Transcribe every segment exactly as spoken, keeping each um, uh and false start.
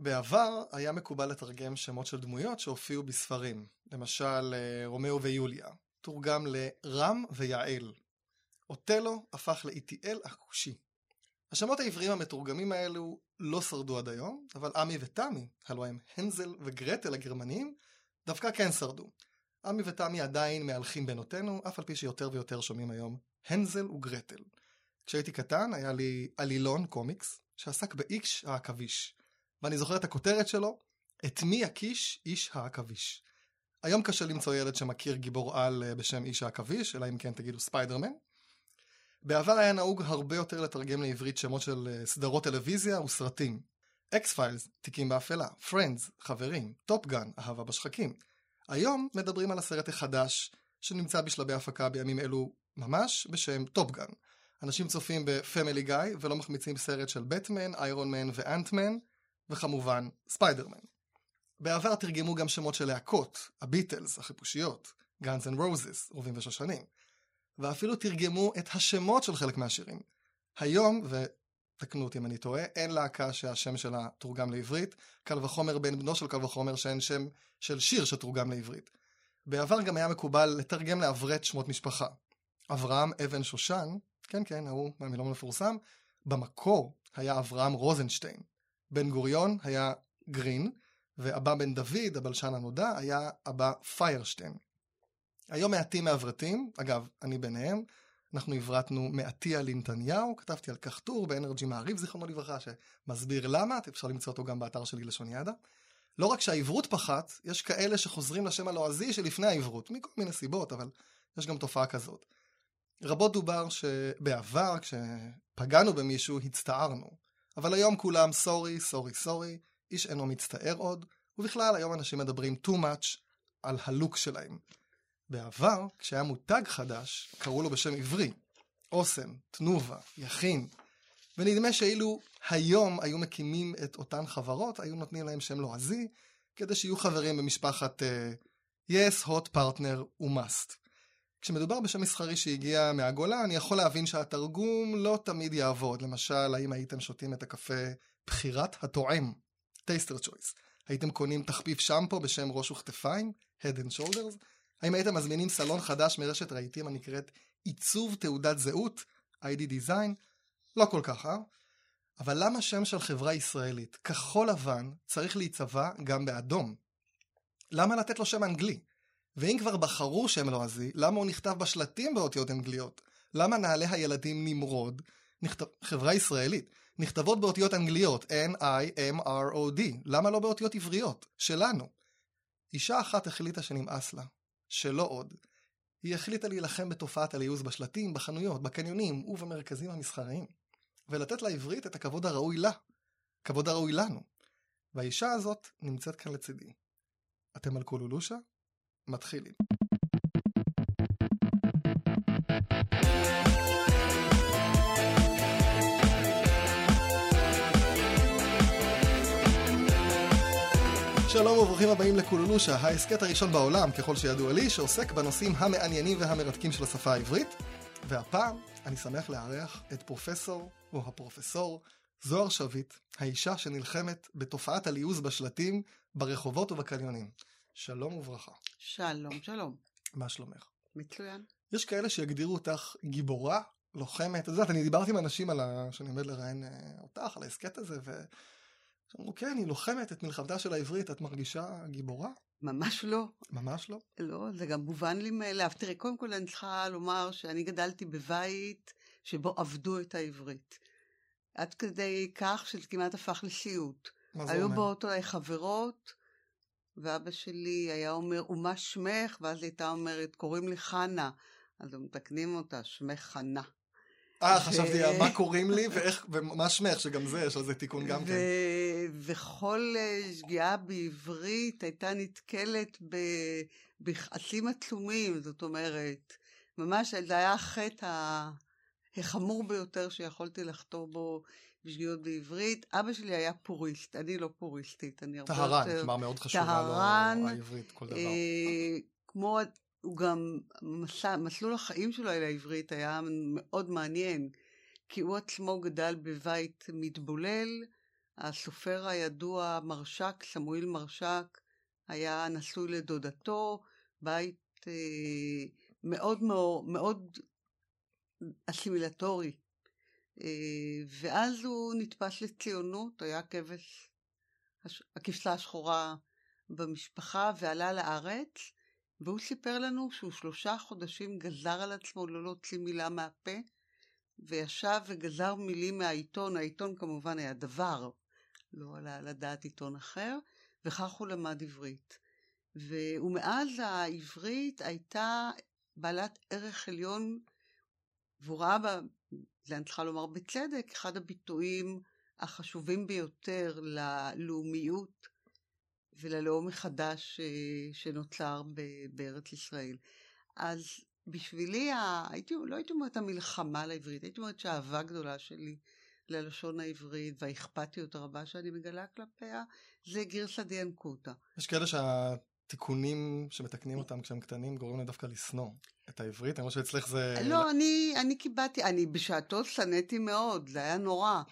בעבר היה מקובל לתרגם שמות של דמויות שהופיעו בספרים. למשל, רומאו ויוליה. תורגם לרם ויעל. אוטלו הפך לאיטיאל הכושי. השמות העבריים המתורגמים האלו לא שרדו עד היום, אבל עמי ותמי, הלוא הם הנזל וגרטל הגרמניים, דווקא כן שרדו. עמי ותמי עדיין מהלכים בינותינו, אף על פי שיותר ויותר שומעים היום הנזל וגרטל. כשהייתי קטן היה לי עלילון קומיקס שעסק באיש העכביש, ואני זוכר את הכותרת שלו, את מי יקיש איש העכביש. היום קשה למצוא ילד שמכיר גיבור על בשם איש העכביש, אלא אם כן תגידו ספיידרמן. בעבר היה נהוג הרבה יותר לתרגם לעברית שמות של סדרות טלוויזיה וסרטים. אקס-פיילס, תיקים באפלה, פרנדס, חברים, טופ גן, אהבה בשחקים. היום מדברים על הסרט החדש שנמצא בשלבי הפקה בימים אלו ממש בשם טופ גן. אנשים צופים בפמילי גיא ולא מחמיצים סרט של בטמן, איירון מן ואנטמן, וכמובן ספיידרמן. בעבר תרגמו גם שמות של להקות, הביטלס, החיפושיות, גאנס אנד רוזס, רובים ושושנים. ואפילו תרגמו את השמות של חלק מהשירים. היום, ותקנו אותי אם אני טועה, אין להקה שהשם שלה תורגם לעברית, קל וחומר בן בנו של קל וחומר שאין שם של שיר שתורגם לעברית. בעבר גם היה מקובל לתרגם לעברת שמות משפחה. אברהם אבן שושן, כן כן, הוא מהמילון המפורסם, במקור היה אברהם רוזנשטיין. בן גוריון היה גרין, ואבא בן דוד, הבלשן הנודע, היה אבא פיירשטיין. היום מעטים מעברתים, אגב, אני ביניהם, אנחנו עברתנו מעטיה לנתניהו, כתבתי על כך טור באנרג'י מעריב, זיכרונו לברכה, שמסביר למה, אפשר למצוא אותו גם באתר שלי לשוניאדה. לא רק שהעברות פחת, יש כאלה שחוזרים לשם הלועזי שלפני העברות, מכל מיני סיבות, אבל יש גם תופעה כזאת. רבות דובר שבעבר, כשפגענו במישהו, הצטערנו. אבל היום כולם סורי, סורי, סורי, איש אינו מצטער עוד, ובכלל היום אנשים מדברים too much על הלוק שלהם. בעבר, כשהיה מותג חדש, קראו לו בשם עברי, אוסם, תנובה, יכין, ונדמה שאילו היום היו מקימים את אותן חברות, היו נותנים להם שם לועזי, כדי שיהיו חברים במשפחת uh, yes, hot partner ו-must. כשמדובר בשם מסחרי שהגיע מהגולה, אני יכול להבין שהתרגום לא תמיד יעבוד. למשל, האם הייתם שותים את הקפה בחירת התואם, טייסטר צ'ויס? הייתם קונים תחפיף שמפו בשם ראש וכתפיים, head and shoulders? האם הייתם מזמינים סלון חדש מרשת רהיטים הנקראת עיצוב תעודת זהות, איי די Design? לא כל כך, אה? אבל למה שם של חברה ישראלית, כחול לבן, צריך להיצבע גם באדום? למה לתת לו שם אנגלי? ואם כבר בחרו שם לועזי, למה הוא נכתב בשלטים באותיות אנגליות? למה נעלי הילדים נמרוד, נכתב... חברה ישראלית, נכתבות באותיות אנגליות, N-I-M-R-O-D? למה לא באותיות עבריות? שלנו. אישה אחת החליטה שנמאס לה. שלא עוד. היא החליטה להילחם בתופעת הליוז בשלטים, בחנויות, בקניונים ובמרכזים המסחריים, ולתת לעברית את הכבוד הראוי לה, כבוד הראוי לנו. והאישה הזאת נמצאת כאן לצידי. אתם על קולולושה? מתחילים. שלום וברוכים הבאים לקולולושה, ההסכת הראשון בעולם, ככל שידוע לי, שעוסק בנושאים המעניינים והמרתקים של השפה העברית. והפעם אני שמח לארח את פרופסור או הפרופסור זוהר שביט, האישה שנלחמת בתופעת הליוז בשלטים, ברחובות ובקניונים. שלום וברכה. שלום, שלום. מה שלומך? מצוין. יש כאלה שיגדירו אותך גיבורה, לוחמת. את יודעת, אני דיברתי עם אנשים על ה... שאני עומד לראיין אותך, על ההסכת הזה, ו... אמרו, כן, היא לוחמת את מלחמתה של העברית, את מרגישה גיבורה? ממש לא. ממש לא? לא, זה גם מובן לי מאליו. תראה, קודם כל אני צריכה לומר שאני גדלתי בבית שבו עבדו את העברית. עד כדי כך שזה כמעט הפך לסיוט. מה זה היו אומר? באותו חברות, ואבא שלי היה אומר, ומה שמך? ואז היא הייתה אומרת, קוראים לי חנה. אז הם מתקנים אותה, שמך חנה. אה, חשבתי, מה קוראים לי ואיך, ומה שמך, שגם זה, יש על זה תיקון גם כן. וכל שגיאה בעברית הייתה נתקלת בכעסים עצומים, זאת אומרת, ממש זה היה החטא החמור ביותר שיכולתי לחתור בו בשגיאות בעברית. אבא שלי היה פוריסט, אני לא פוריסטית. טהרן, כלומר מאוד חשובה לו העברית, כל דבר. כמו... הוא גם, מסע, מסלול החיים שלו אל העברית היה מאוד מעניין, כי הוא עצמו גדל בבית מתבולל, הסופר הידוע מרשק, סמואל מרשק, היה נשוי לדודתו, בית אה, מאוד מאוד, מאוד אסימילטורי. אה, ואז הוא נתפס לציונות, היה כבש, הכבשה השחורה במשפחה, ועלה לארץ, והוא סיפר לנו שהוא שלושה חודשים גזר על עצמו לא להוציא מילה מהפה, וישב וגזר מילים מהעיתון, העיתון כמובן היה דבר, לא עלה לדעת עיתון אחר, וכך הוא למד עברית. ומאז העברית הייתה בעלת ערך עליון, והוא ראה בה, זה אני צריכה לומר בצדק, אחד הביטויים החשובים ביותר ללאומיות וללאום מחדש שנוצר בארץ ישראל. אז בשבילי, הייתי, לא הייתי אומרת המלחמה לעברית, הייתי אומרת שהאהבה גדולה שלי ללשון העברית והאכפתיות הרבה שאני מגלה כלפיה, זה גרסא דינקותא. יש כאלה שהתיקונים שמתקנים אותם כשהם קטנים גורמים להם דווקא לשנוא את העברית, אני חושב שאצלך זה... לא, אני, אני קיבלתי, אני בשעתו שנאתי מאוד, זה היה נורא,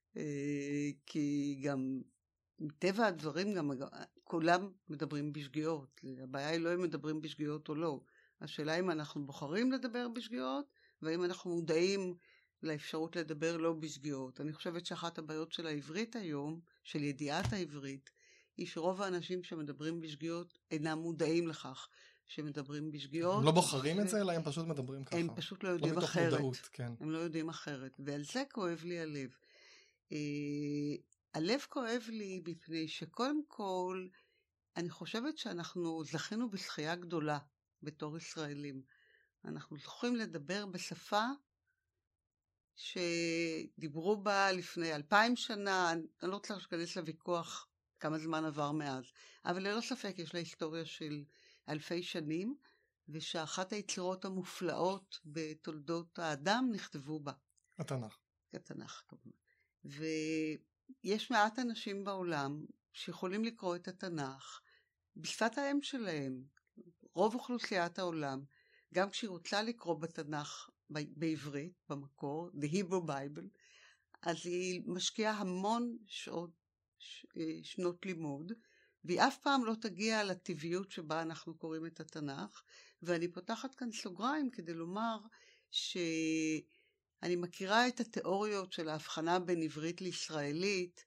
כי גם מטבע הדברים גם כולם מדברים בשגיאות, הבעיה היא לא אם מדברים בשגיאות או לא, השאלה אם אנחנו בוחרים לדבר בשגיאות, והאם אנחנו מודעים לאפשרות לדבר לא בשגיאות. אני חושבת שאחת הבעיות של העברית היום, של ידיעת העברית, היא שרוב האנשים שמדברים בשגיאות אינם מודעים לכך שמדברים בשגיאות. הם לא בוחרים ו... את זה, אלא הם פשוט מדברים ככה. הם פשוט לא יודעים לא אחרת. מודעות, כן. הם לא יודעים אחרת, ועל זה כואב לי הלב. הלב כואב לי בפני שקודם כל, אני חושבת שאנחנו זכינו בשחייה גדולה בתור ישראלים. אנחנו זוכים לדבר בשפה שדיברו בה לפני אלפיים שנה, אני לא רוצה להיכנס לוויכוח כמה זמן עבר מאז, אבל ללא ספק יש לה היסטוריה של אלפי שנים, ושאחת היצירות המופלאות בתולדות האדם נכתבו בה. התנ"ך. התנ"ך, כמובן. ויש מעט אנשים בעולם שיכולים לקרוא את התנ"ך בשפת האם שלהם. רוב אוכלוסיית העולם, גם כשהיא רוצה לקרוא בתנ"ך בעברית, במקור, The Hebrew Bible, אז היא משקיעה המון שעות, שנות לימוד, והיא אף פעם לא תגיע לטבעיות שבה אנחנו קוראים את התנ"ך, ואני פותחת כאן סוגריים כדי לומר שאני מכירה את התיאוריות של ההבחנה בין עברית לישראלית,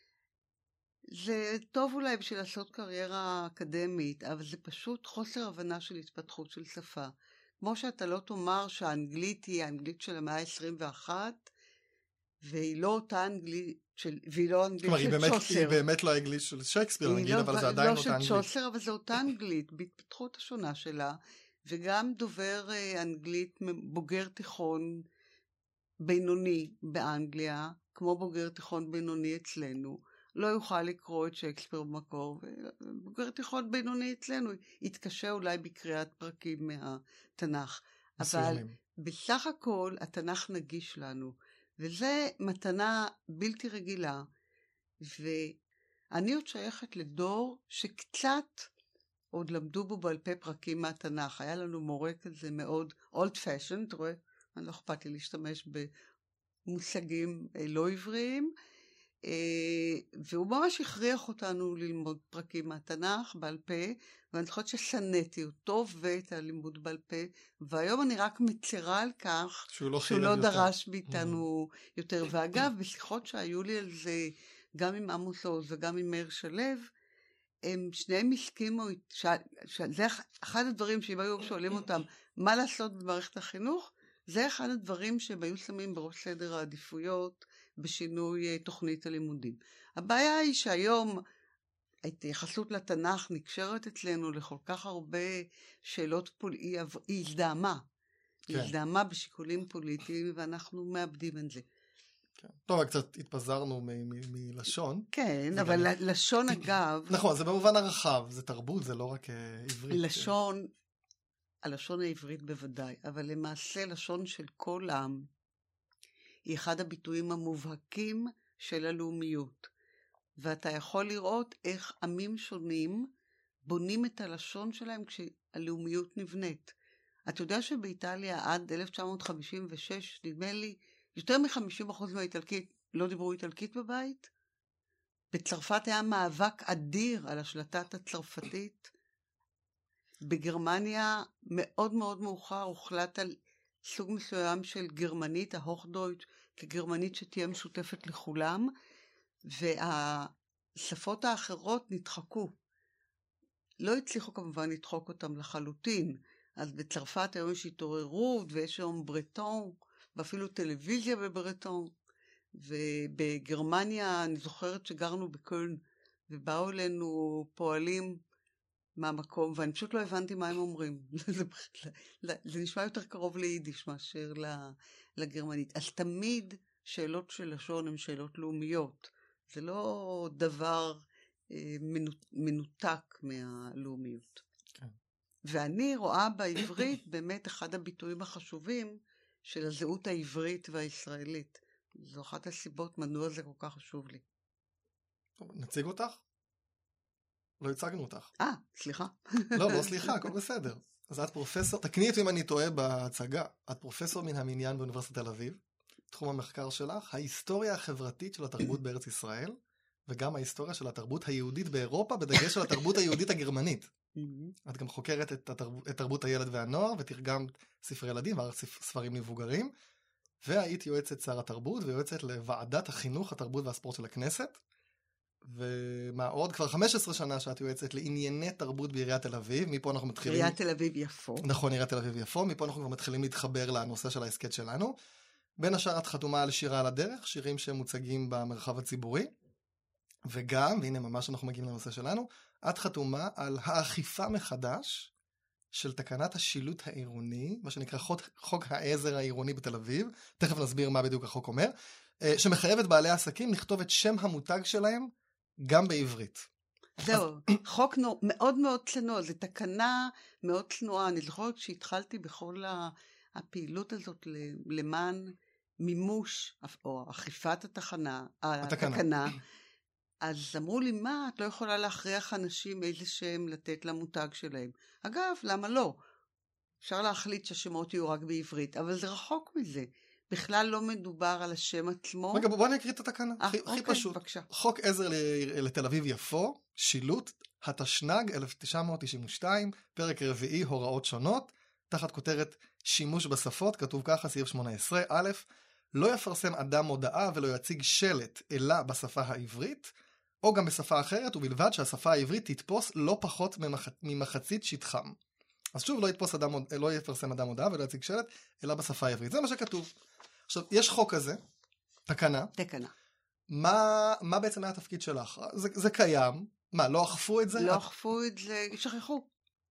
זה טוב אולי בשביל לעשות קריירה אקדמית, אבל זה פשוט חוסר הבנה של התפתחות של שפה. כמו שאתה לא תאמר שהאנגלית היא האנגלית של המאה ה-עשרים ואחת, והיא לא אותה אנגלית של, והיא לא אנגלית של צ'וסר. כלומר, היא באמת לא האנגלית של שייקספיר, נגיד, אבל זה עדיין אותה אנגלית. לא של צ'וסר, אבל זה אותה אנגלית, בהתפתחות השונה שלה, וגם דובר אנגלית בוגר תיכון בינוני באנגליה, כמו בוגר תיכון בינוני אצלנו, לא יוכל לקרוא את שייקספיר במקור, ובוגר תיכון בינוני אצלנו יתקשה אולי בקריאת פרקים מהתנ"ך. אבל בסך הכל התנ"ך נגיש לנו, וזה מתנה בלתי רגילה, ואני עוד שייכת לדור שקצת עוד למדו בו בעל פה פרקים מהתנ"ך. היה לנו מורה כזה מאוד old fashioned, אתה רואה? אני לא אכפת לי להשתמש במושגים לא עבריים, והוא ממש הכריח אותנו ללמוד פרקים מהתנ"ך בעל פה, ואני חושבת ששנאתי אותו ואת הלימוד בעל פה, והיום אני רק מצרה על כך שהוא לא, שהוא לא דרש מאיתנו mm. יותר. ואגב, בשיחות שהיו לי על זה, גם עם עמוס עוז וגם עם מאיר שלו, הם שניהם הסכימו, ש... זה אחד הדברים שאם היו שואלים אותם מה לעשות במערכת החינוך, זה אחד הדברים שהם היו שמים בראש סדר העדיפויות בשינוי תוכנית הלימודים. הבעיה היא שהיום ההתייחסות לתנ"ך נקשרת אצלנו לכל כך הרבה שאלות פוליטיות, היא הזדהמה. כן. היא הזדהמה בשיקולים פוליטיים, ואנחנו מאבדים את זה. כן. טוב, קצת התפזרנו מלשון. כן, אבל גם... לשון אגב... נכון, זה במובן הרחב, זה תרבות, זה לא רק עברית. לשון, הלשון העברית בוודאי, אבל למעשה לשון של כל עם, היא אחד הביטויים המובהקים של הלאומיות. ואתה יכול לראות איך עמים שונים בונים את הלשון שלהם כשהלאומיות נבנית. אתה יודע שבאיטליה עד אלף תשע מאות חמישים ושש, נדמה לי, יותר מ-חמישים אחוז מהאיטלקית לא דיברו איטלקית בבית? בצרפת היה מאבק אדיר על השלטת הצרפתית. בגרמניה מאוד מאוד מאוחר הוחלט על סוג מסוים של גרמנית, ההוכדויטש, כגרמנית שתהיה משותפת לכולם, והשפות האחרות נדחקו. לא הצליחו כמובן לדחוק אותם לחלוטין. אז בצרפת היום יש התעוררות, ויש היום ברטון, ואפילו טלוויזיה בברטון. ובגרמניה אני זוכרת שגרנו בקולן, ובאו אלינו פועלים מהמקום, ואני פשוט לא הבנתי מה הם אומרים. זה, זה נשמע יותר קרוב ליידיש מאשר לגרמנית. אז תמיד שאלות של לשון הן שאלות לאומיות. זה לא דבר אה, מנותק מהלאומיות. כן. ואני רואה בעברית באמת אחד הביטויים החשובים של הזהות העברית והישראלית. זו אחת הסיבות מדוע זה כל כך חשוב לי. טוב, נציג אותך? לא הצגנו אותך. אה, סליחה. לא, לא סליחה, הכל בסדר. אז את פרופסור, תקני אותי אם אני טועה בהצגה, את פרופסור מן המניין באוניברסיטת תל אביב, תחום המחקר שלך, ההיסטוריה החברתית של התרבות בארץ ישראל, וגם ההיסטוריה של התרבות היהודית באירופה, בדגש על התרבות היהודית הגרמנית. את גם חוקרת את, התרב... את תרבות הילד והנוער, ותרגמת ספרי ילדים וערך ספרים מבוגרים, והיית יועצת שר התרבות, ויועצת לוועדת החינוך, התרבות והספורט של הכנסת, ומה עוד? כבר חמש עשרה שנה שאת יועצת לענייני תרבות בעיריית תל אביב, מפה אנחנו מתחילים... עיריית תל אביב יפו. נכון, עיריית תל אביב יפו, מפה אנחנו כבר מתחילים להתחבר לנושא של ההסקט שלנו. בין השאר את חתומה על שירה על הדרך, שירים שמוצגים במרחב הציבורי, וגם, והנה ממש אנחנו מגיעים לנושא שלנו, את חתומה על האכיפה מחדש של תקנת השילוט העירוני, מה שנקרא חוק, חוק העזר העירוני בתל אביב, תכף נסביר מה בדיוק החוק אומר, שמחייב את בעלי העסקים לכתוב את שם המותג שלהם גם בעברית. זהו, חוק מאוד מאוד צנוע, זו תקנה מאוד צנועה. אני זוכרת שהתחלתי בכל הפעילות הזאת למען מימוש או אכיפת התחנה, התקנה. אז אמרו לי, מה, את לא יכולה להכריח אנשים איזה שם לתת למותג שלהם. אגב, למה לא? אפשר להחליט שהשמות יהיו רק בעברית, אבל זה רחוק מזה. בכלל לא מדובר על השם עצמו. רגע, בוא נקריא את התקנה. 아, הכי, אוקיי, הכי פשוט. בבקשה. חוק עזר לתל אביב יפו, שילוט, התשנ"ג אלף תשע מאות תשעים ושתיים, פרק רביעי, הוראות שונות, תחת כותרת שימוש בשפות, כתוב ככה, סעיף שמונה עשרה, א', לא יפרסם אדם הודעה ולא יציג שלט אלא בשפה העברית, או גם בשפה אחרת, ובלבד שהשפה העברית תתפוס לא פחות ממח... ממחצית שטחם. אז שוב, לא יתפוס אדם, לא יפרסם אדם הודעה ולא יציג שלט אלא בשפה העברית. זה מה שכתוב. עכשיו, יש חוק כזה, תקנה. תקנה. מה, מה בעצם היה התפקיד שלך? זה, זה קיים. מה, לא אכפו את זה? לא אכפו את זה, שכחו.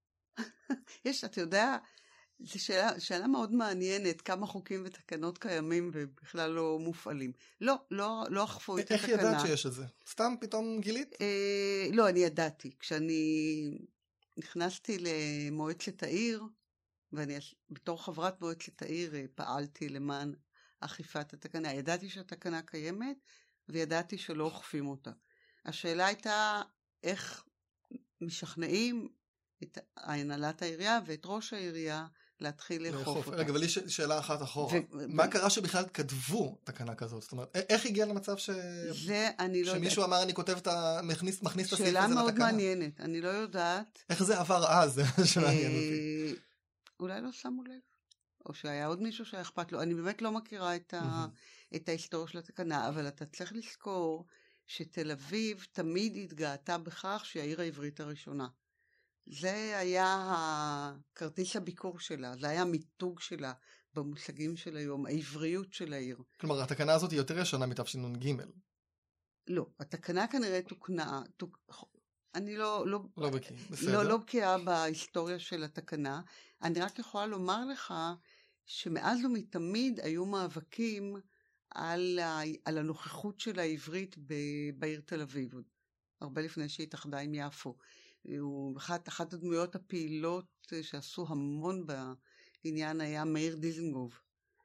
יש, אתה יודע, זו שאלה, שאלה מאוד מעניינת, כמה חוקים ותקנות קיימים ובכלל לא מופעלים. לא, לא, לא אכפו את איך התקנה. איך ידעת שיש את זה? סתם פתאום גילית? אה, לא, אני ידעתי. כשאני נכנסתי למועצת העיר, ואני בתור חברת מועצת העיר פעלתי למען אכיפת התקנה. ידעתי שהתקנה קיימת, וידעתי שלא אוכפים אותה. השאלה הייתה איך משכנעים את הנהלת העירייה ואת ראש העירייה להתחיל לאכוף אותה. רגע, אבל לי שאלה אחת אחורה. מה קרה שבכלל כתבו תקנה כזאת? זאת אומרת, איך הגיע למצב שמישהו אמר אני כותב את ה... מכניס את הסעיף הזה לתקנה? שאלה מאוד מעניינת, אני לא יודעת. איך זה עבר אז? זה שמעניין אותי. אולי לא שמו לב. או שהיה עוד מישהו שהיה אכפת לו. אני באמת לא מכירה את, ה, את ההיסטוריה של התקנה, אבל אתה צריך לזכור שתל אביב תמיד התגאתה בכך שהיא העיר העברית הראשונה. זה היה הכרטיס הביקור שלה, זה היה המיתוג שלה במושגים של היום, העבריות של העיר. כלומר, התקנה הזאת היא יותר ישנה מתשנ"ג. לא, התקנה כנראה תוקנה, תוק... אני לא, לא, לא בקיאה, בסדר. לא, לא בקיאה בהיסטוריה של התקנה. אני רק יכולה לומר לך שמאז ומתמיד היו מאבקים על, ה, על הנוכחות של העברית ב, בעיר תל אביב, הרבה לפני שהיא התאחדה עם יפו. הוא אחת, אחת הדמויות הפעילות שעשו המון בעניין היה מאיר דיזנגוף.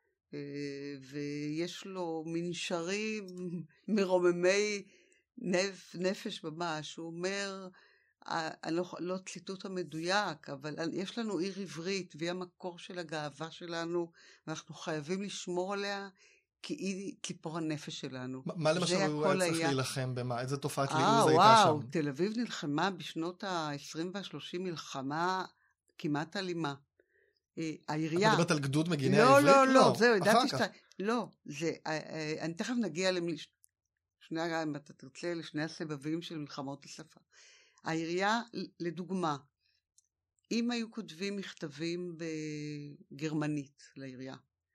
ויש לו מנשרים מרוממי נפ, נפש ממש. הוא אומר, אני לא, לא ציטוט המדויק, אבל יש לנו עיר עברית, והיא המקור של הגאווה שלנו, ואנחנו חייבים לשמור עליה, כי היא ציפור הנפש שלנו. מה למשל הוא היה צריך להילחם במה? איזה תופעת ליעוז הייתה שם? וואו, תל אביב נלחמה בשנות ה-עשרים וה-שלושים מלחמה כמעט אלימה. העירייה... את מדברת על גדוד מגיני העברית? לא, לא, לא, זהו, ידעתי שאתה... לא, זה... אני תכף נגיע לשני, אם אתה תרצה, לשני הסבבים של מלחמות השפה. העירייה, לדוגמה, אם היו כותבים מכתבים בגרמנית לעירייה,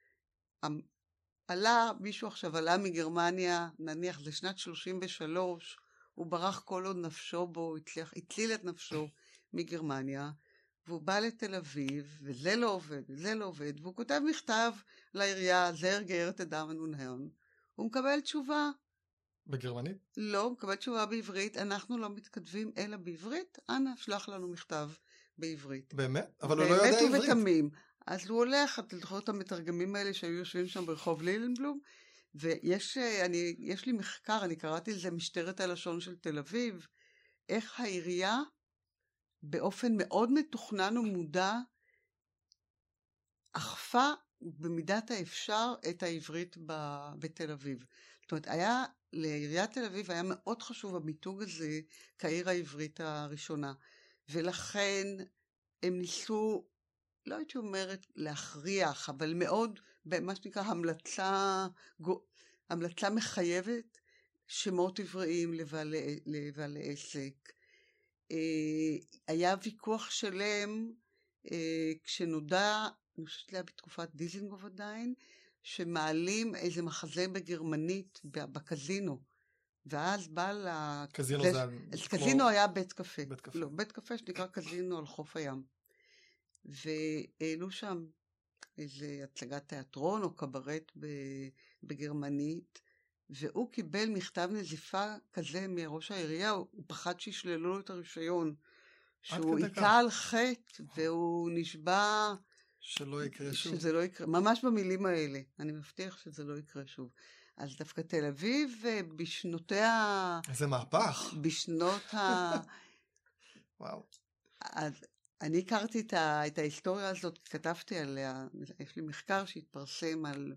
עלה, מישהו עכשיו עלה מגרמניה, נניח זה שנת שלושים ושלוש, הוא ברח כל עוד נפשו בו, הצליח, הציל את נפשו מגרמניה, והוא בא לתל אביב, וזה לא עובד, וזה לא עובד, והוא כותב מכתב לעירייה, זר גארת אדם ונהון, הוא מקבל תשובה. בגרמנית? לא, הוא מקבל תשובה בעברית, אנחנו לא מתכתבים אלא בעברית, אנא שלח לנו מכתב בעברית. באמת? אבל הוא לא יודע עברית. באמת ובתמים. אז הוא הולך, אתה זוכר את המתרגמים האלה שהיו יושבים שם ברחוב לילנבלום, ויש אני, יש לי מחקר, אני קראתי לזה משטרת הלשון של תל אביב, איך העירייה באופן מאוד מתוכנן ומודע, אכפה במידת האפשר את העברית ב, בתל אביב. זאת אומרת, היה, לעיריית תל אביב היה מאוד חשוב המיתוג הזה כעיר העברית הראשונה, ולכן הם ניסו, לא הייתי אומרת להכריח, אבל מאוד, במה שנקרא המלצה, המלצה מחייבת, שמות עבריים לבעלי, לבעלי עסק. היה ויכוח שלם, כשנודע, אני חושבת לה בתקופת דיזינגוף עדיין, שמעלים איזה מחזה בגרמנית בקזינו, ואז בא ל... קזינו זה... קזינו היה בית קפה. בית קפה. לא, בית קפה שנקרא קזינו על חוף הים. והעלו שם איזה הצגת תיאטרון או קברט בגרמנית, והוא קיבל מכתב נזיפה כזה מראש העירייה, הוא פחד שישללו לו את הרישיון, שהוא עיקה על חטא, והוא נשבע... שלא יקרה שוב. שזה לא יקרה, ממש במילים האלה. אני מבטיח שזה לא יקרה שוב. אז דווקא תל אביב בשנותיה... איזה מהפך. בשנות ה... וואו. אז אני הכרתי את, ה... את ההיסטוריה הזאת, כתבתי עליה, יש לי מחקר שהתפרסם על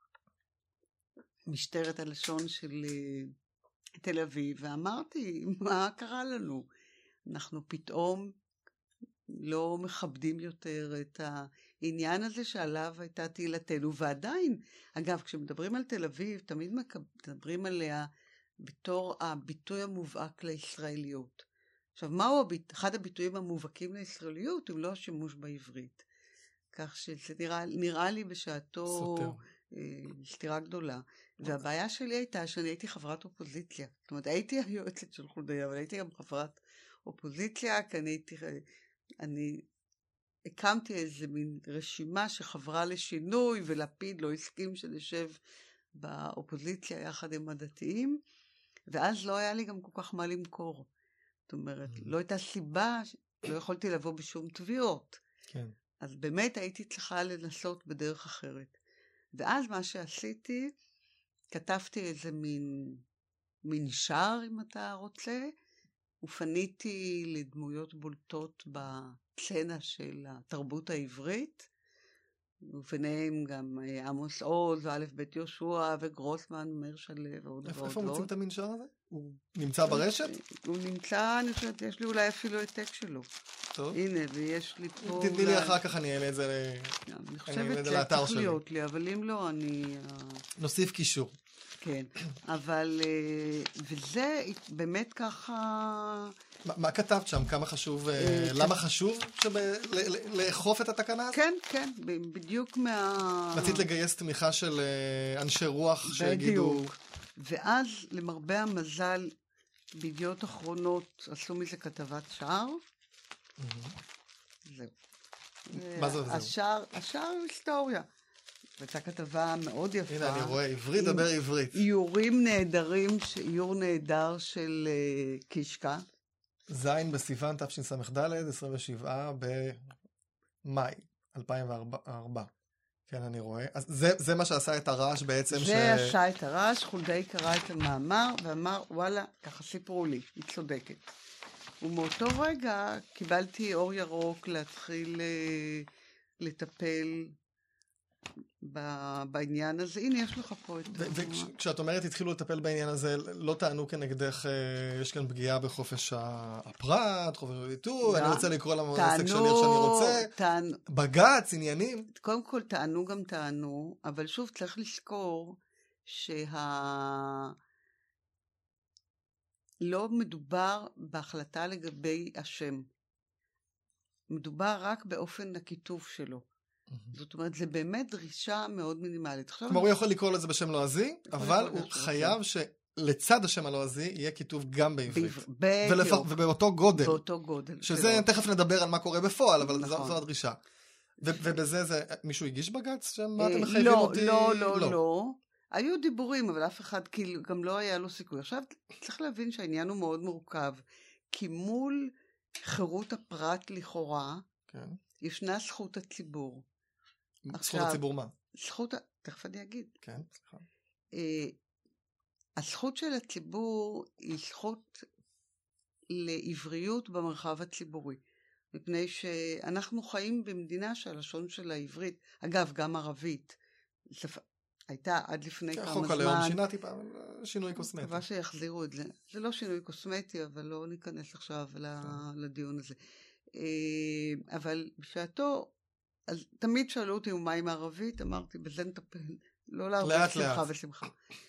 משטרת הלשון של תל אביב, ואמרתי, מה קרה לנו? אנחנו פתאום לא מכבדים יותר את העניין הזה שעליו הייתה תהילתנו, ועדיין, אגב, כשמדברים על תל אביב, תמיד מדברים עליה בתור הביטוי המובהק לישראליות. עכשיו, מהו הביט... אחד הביטויים המובהקים לישראליות, אם לא השימוש בעברית. כך שזה נראה, נראה לי בשעתו סותר. סתירה גדולה. והבעיה שלי הייתה שאני הייתי חברת אופוזיציה. זאת אומרת, הייתי היועצת של חולדאי, אבל הייתי גם חברת אופוזיציה, כי אני הייתי... אני הקמתי איזה מין רשימה שחברה לשינוי, ולפיד לא הסכים שנשב באופוזיציה יחד עם הדתיים, ואז לא היה לי גם כל כך מה למכור. זאת אומרת, לא הייתה סיבה, לא יכולתי לבוא בשום תביעות. כן. אז באמת הייתי צריכה לנסות בדרך אחרת. ואז מה שעשיתי, כתבתי איזה מין, מין שער, אם אתה רוצה, ופניתי לדמויות בולטות בצנה של התרבות העברית, וביניהם גם עמוס עוז, וא' ב' יהושע, וגרוסמן, מאיר שלו, ועוד ועוד. איפה מוצאים את המנשר הזה? הוא נמצא ברשת? הוא נמצא, אני חושבת, יש לי אולי אפילו העתק שלו. טוב. הנה, ויש לי פה... תתני לי אחר כך, אני אעלה את זה לאתר שלי. אני חושבת שצריך להיות לי, אבל אם לא, אני... נוסיף קישור. כן, אבל... וזה באמת ככה... מה כתבת שם? כמה חשוב... למה חשוב לאכוף את התקנה הזאת? כן, כן, בדיוק מה... רצית לגייס תמיכה של אנשי רוח שיגידו... בדיוק. ואז, למרבה המזל, בידיעות אחרונות עשו מזה כתבת שער. זהו. מה זה זהו? השער, השער הוא היסטוריה. הייתה כתבה מאוד יפה. הנה, אני רואה עברית, דבר עברית. איורים נהדרים, איור נהדר של קישקה. זין בסיוון תשס"ד, עשרים ושבעה במאי אלפיים וארבע. כן, אני רואה. אז זה, זה מה שעשה את הרעש בעצם. זה ש... עשה את הרעש, חולדאי קרא את המאמר, ואמר, וואלה, ככה סיפרו לי, היא צודקת. ומאותו רגע קיבלתי אור ירוק להתחיל לטפל בעניין הזה. הנה, יש לך פה את... וכשאת אומרת, התחילו לטפל בעניין הזה, לא טענו כנגדך, יש כאן פגיעה בחופש הפרט, חופש הביטוי, אני רוצה לקרוא לעסק שלי איך שאני רוצה, בג"ץ, עניינים. קודם כל, טענו גם טענו, אבל שוב, צריך לזכור שה... לא מדובר בהחלטה לגבי השם. מדובר רק באופן הכיתוב שלו. זאת אומרת, זה באמת דרישה מאוד מינימלית. כלומר, הוא יכול לקרוא לזה בשם לועזי, אבל הוא חייב שלצד השם הלועזי יהיה כיתוב גם בעברית. ובאותו גודל. באותו גודל. שזה, תכף נדבר על מה קורה בפועל, אבל זו הדרישה. ובזה מישהו הגיש בג"ץ? שמה אתם מחייבים אותי? לא, לא, לא. היו דיבורים, אבל אף אחד כאילו גם לא היה לו סיכוי. עכשיו, צריך להבין שהעניין הוא מאוד מורכב, כי מול חירות הפרט לכאורה, כן. ישנה זכות הציבור. זכות עכשיו, הציבור מה? זכות, תכף אני אגיד. כן, סליחה. Uh, הזכות של הציבור היא זכות לעבריות במרחב הציבורי. מפני שאנחנו חיים במדינה שהלשון של העברית, אגב, גם ערבית, שפ... הייתה עד לפני כמה זמן. חוק הלאום שינה טיפה, שינוי קוסמטי. מקווה שיחזירו את זה. זה לא שינוי קוסמטי, אבל לא ניכנס עכשיו לדיון הזה. אבל בשעתו, אז תמיד שאלו אותי מה עם הערבית, אמרתי, בזה נטפל. לא לערבית שמחה ושמחה.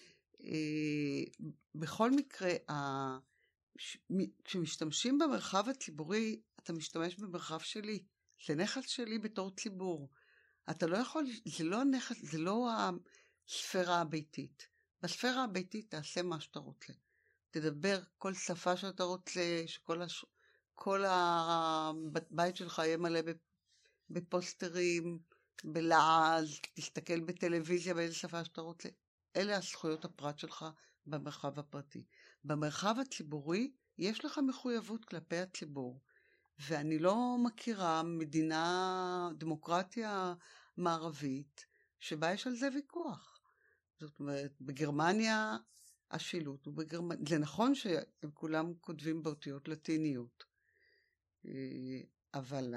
בכל מקרה, כשמשתמשים במרחב הציבורי, אתה משתמש במרחב שלי. זה נכס שלי בתור ציבור. אתה לא יכול, זה לא נכס, זה לא הספירה הביתית. בספירה הביתית תעשה מה שאתה רוצה. תדבר כל שפה שאתה רוצה, שכל הש... כל הבית שלך יהיה מלא בפוסטרים, בלעז, תסתכל בטלוויזיה באיזה שפה שאתה רוצה. אלה הזכויות הפרט שלך במרחב הפרטי. במרחב הציבורי יש לך מחויבות כלפי הציבור. ואני לא מכירה מדינה, דמוקרטיה מערבית, שבה יש על זה ויכוח. זאת אומרת, בגרמניה השילוט הוא בגרמניה. זה נכון שהם כולם כותבים באותיות לטיניות, אבל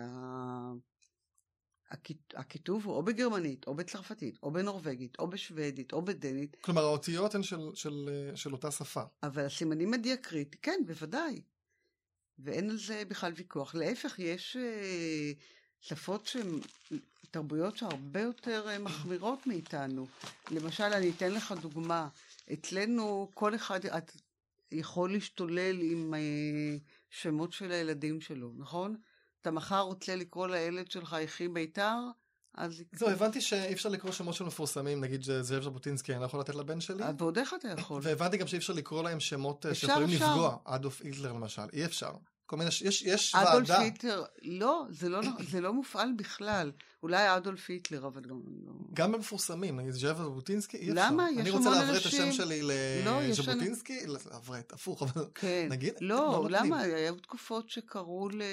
הכיתוב הוא או בגרמנית, או בצרפתית, או בנורווגית, או בשוודית, או בדנית. כלומר, האותיות הן של, של, של אותה שפה. אבל הסימנים הדיאקריטיים, כן, בוודאי. ואין על זה בכלל ויכוח. להפך, יש אה, שפות שהן, תרבויות שהרבה יותר אה, מחמירות מאיתנו. למשל, אני אתן לך דוגמה. אצלנו כל אחד את יכול להשתולל עם אה, שמות של הילדים שלו, נכון? אתה מחר רוצה לקרוא לילד שלך יחי ביתר, אז... זהו, הבנתי שאי אפשר לקרוא שמות של מפורסמים, נגיד זאב ז'בוטינסקי, אני לא יכול לתת לבן שלי. ועוד איך אתה יכול. והבנתי גם שאי אפשר לקרוא להם שמות שיכולים לפגוע. אדולף היטלר למשל, אי אפשר. כל מיני, יש, יש ועדה. אדולף היטלר, לא, זה לא, זה לא מופעל בכלל. אולי אדולף היטלר, אבל גם לא... גם במפורסמים, נגיד זאב ז'בוטינסקי, אי אפשר. למה? אני רוצה לעברת את השם שלי לז'בוטינסקי, לעברת, הפוך, אבל נגיד... לא, למה? היו תקופות שקראו ל...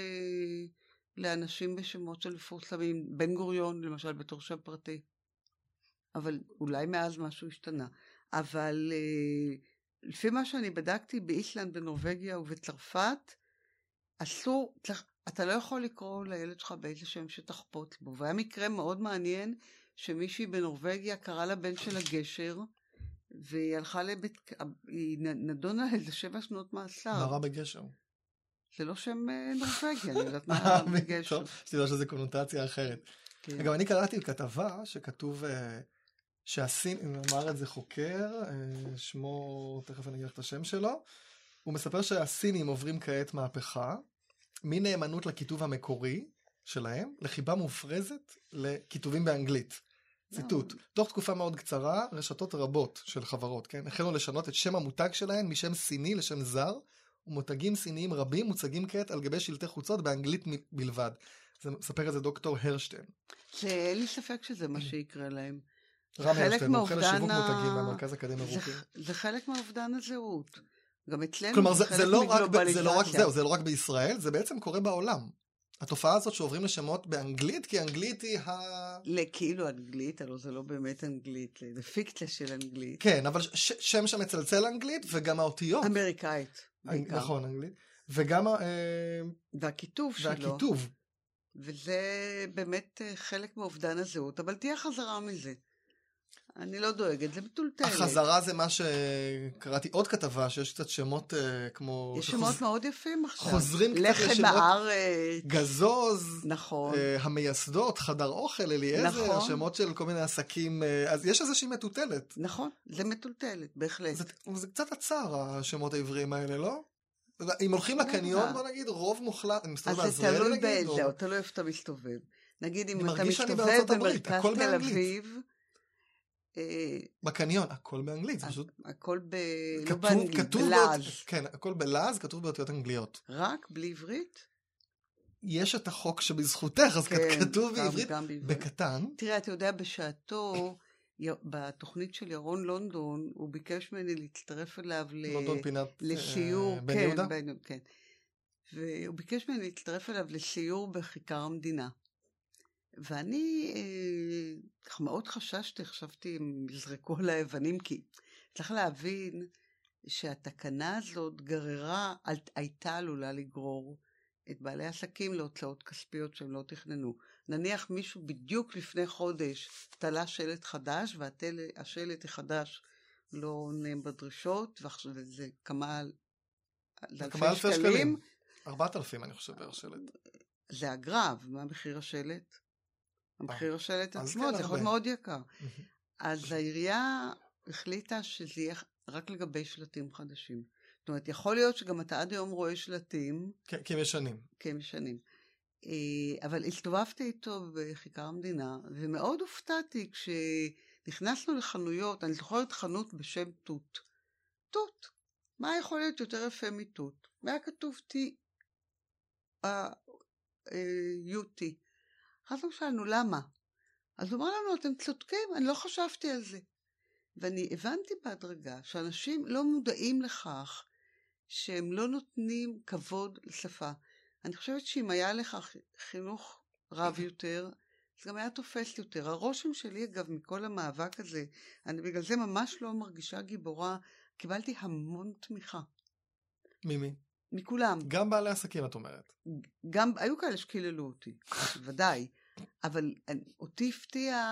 לאנשים בשמות של מפורסמים, בן גוריון למשל בתור שם פרטי, אבל אולי מאז משהו השתנה. אבל לפי מה שאני בדקתי באיסלנד, בנורווגיה ובצרפת, אסור, אתה לא יכול לקרוא לילד שלך באיזה שם שתחפוץ בו. והיה מקרה מאוד מעניין שמישהי בנורווגיה קרא לבן של הגשר, והיא הלכה לבית, היא נדונה איזה שבע שנות מאסר. מה רע בגשר? זה לא שם נורווגיה, אני יודעת מה בגשר. שתדע שזה קונוטציה אחרת. אגב, אני קראתי כתבה שכתוב שהסין, אמר את זה חוקר, שמו, תכף אני אגיד את השם שלו, הוא מספר שהסינים עוברים כעת מהפכה, מנאמנות לכיתוב המקורי שלהם, לחיבה מופרזת לכיתובים באנגלית. ציטוט, תוך תקופה מאוד קצרה, רשתות רבות של חברות, כן, החלו לשנות את שם המותג שלהן משם סיני לשם זר, ומותגים סיניים רבים מוצגים כעת על גבי שלטי חוצות באנגלית בלבד. זה מספר את זה דוקטור הרשטיין. אין לי ספק שזה מה שיקרה להם. רם הרשטיין, מומחה לשיווק מותגים במרכז האקדמי רופין. זה חלק מאובדן הזהות. גם אצלנו כלומר, זה חלק מגלובליזציה. זה לא רק בישראל, זה בעצם קורה בעולם. התופעה הזאת שעוברים לשמות באנגלית, כי אנגלית היא ה... כאילו אנגלית, אבל זה לא באמת אנגלית, זה פיקציה של אנגלית. כן, אבל שם שמצלצל אנגלית, וגם האותיות. אמריקאית. נכון, אנגלית. וגם... והכיתוב שלו. והכיתוב. וזה באמת חלק מאובדן הזהות, אבל תהיה חזרה מזה. אני לא דואגת, זה מטולטלת. החזרה זה מה שקראתי עוד כתבה, שיש קצת שמות כמו... יש שמות מאוד יפים עכשיו. חוזרים קצת לשמות. לחם הארץ. גזוז. נכון. המייסדות, חדר אוכל, אליעזר, נכון. שמות של כל מיני עסקים, אז יש איזושהי מטולטלת. נכון, זה מטולטלת, בהחלט. זה, זה קצת עצר, השמות העבריים האלה, לא? אם הולכים לקניון, בוא נגיד, רוב מוחלט, אני מסתובב בעזריאלי, אז זה תלוי באיזה, או תלוי איפה אתה מסתובב. נגיד, אם אתה מסתובב במרכז תל אביב, בקניון, הכל באנגלית, פשוט... הכל ב... לא באנגלית, בלעז. כן, הכל בלעז, כתוב באותיות אנגליות. רק בלי עברית? יש את החוק שבזכותך, אז כתוב בעברית בקטן. תראה, אתה יודע, בשעתו, בתוכנית של ירון לונדון, הוא ביקש ממני להצטרף אליו לשיעור, בן יהודה? כן, והוא ביקש ממני להצטרף אליו לשיעור בכיכר המדינה. ואני אה, מאוד חששתי, חשבתי אם יזרקו על האבנים, כי צריך להבין שהתקנה הזאת גררה, הייתה עלולה לגרור את בעלי עסקים להוצאות כספיות שהם לא תכננו. נניח מישהו בדיוק לפני חודש תלה שלט חדש, והשלט החדש לא עונה בדרישות, ועכשיו זה כמה אלפי שקלים. ארבעת אלפים אני חושב השלט. זה אגרה, ומה מחיר השלט? המחיר השלט עצמו, זה יכול מאוד יקר. אז העירייה החליטה שזה יהיה רק לגבי שלטים חדשים. זאת אומרת, יכול להיות שגם אתה עד היום רואה שלטים. כי הם ישנים. כי הם ישנים. אבל הסתובבתי איתו בכיכר המדינה, ומאוד הופתעתי כשנכנסנו לחנויות, אני זוכרת חנות בשם תות. תות. מה יכול להיות יותר יפה מתות? והיה כתוב T, U T. אז הוא שאלנו, למה? אז הוא אמר לנו, אתם צודקים, אני לא חשבתי על זה. ואני הבנתי בהדרגה שאנשים לא מודעים לכך שהם לא נותנים כבוד לשפה. אני חושבת שאם היה לך חינוך רב יותר, זה גם היה תופס יותר. הרושם שלי, אגב, מכל המאבק הזה, אני בגלל זה ממש לא מרגישה גיבורה, קיבלתי המון תמיכה. ממי? מכולם. גם בעלי עסקים, את אומרת. גם, היו כאלה שקיללו אותי, ודאי. אבל אותי הפתיע,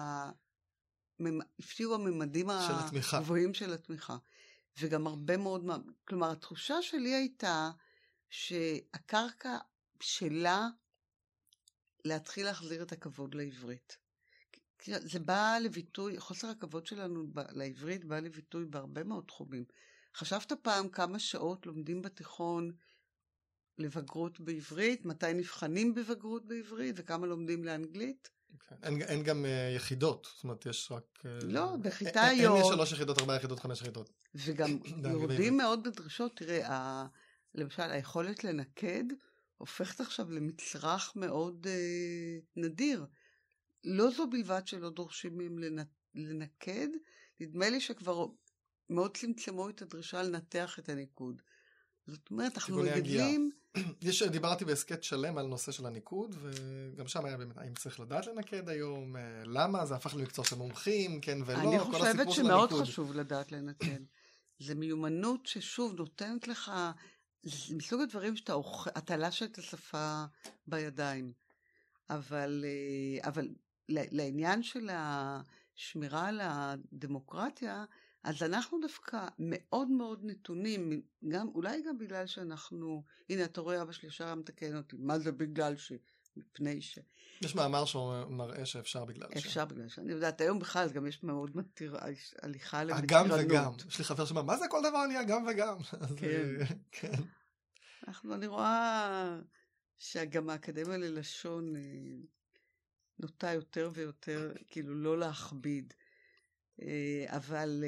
הפתיעו הממדים הגבוהים של התמיכה. וגם הרבה מאוד, כלומר, התחושה שלי הייתה שהקרקע שלה להתחיל להחזיר את הכבוד לעברית. זה בא לביטוי, חוסר הכבוד שלנו לעברית בא לביטוי בהרבה מאוד תחומים. חשבת פעם כמה שעות לומדים בתיכון לבגרות בעברית, מתי נבחנים בבגרות בעברית, וכמה לומדים לאנגלית? Okay. אין, אין גם uh, יחידות, זאת אומרת, יש רק... לא, בכיתה אין, היום... אין שלוש יחידות, ארבע יחידות, חמש יחידות. וגם יורדים מאוד בדרישות, תראה, ה... למשל, היכולת לנקד, הופכת עכשיו למצרך מאוד uh, נדיר. לא זו בלבד שלא דורשים מהם לנ... לנקד, נדמה לי שכבר מאוד צמצמו את הדרישה לנתח את הניקוד. זאת אומרת, אנחנו מגדלים... יש, דיברתי בהסקט שלם על נושא של הניקוד, וגם שם היה באמת, האם צריך לדעת לנקד היום, למה, זה הפך למקצוע של מומחים, כן ולא, אני חושבת שמאוד חשוב לדעת לנקד. זה מיומנות ששוב נותנת לך, זה מסוג הדברים שאתה תלש את השפה בידיים. אבל, אבל לעניין של השמירה על הדמוקרטיה, אז אנחנו דווקא מאוד מאוד נתונים, גם, אולי גם בגלל שאנחנו, הנה אתה רואה אבא שלי ישר מתקן אותי, מה זה בגלל ש... מפני ש... יש מאמר שמראה שאפשר בגלל ש... אפשר בגלל ש... אני יודעת, היום בכלל גם יש מאוד מתיר, הליכה למתירנות. גם וגם, יש לי חבר שאומר, מה זה כל דבר נהיה גם וגם? כן. כן. אנחנו, אני רואה שגם האקדמיה ללשון נוטה יותר ויותר, כאילו לא להכביד. אבל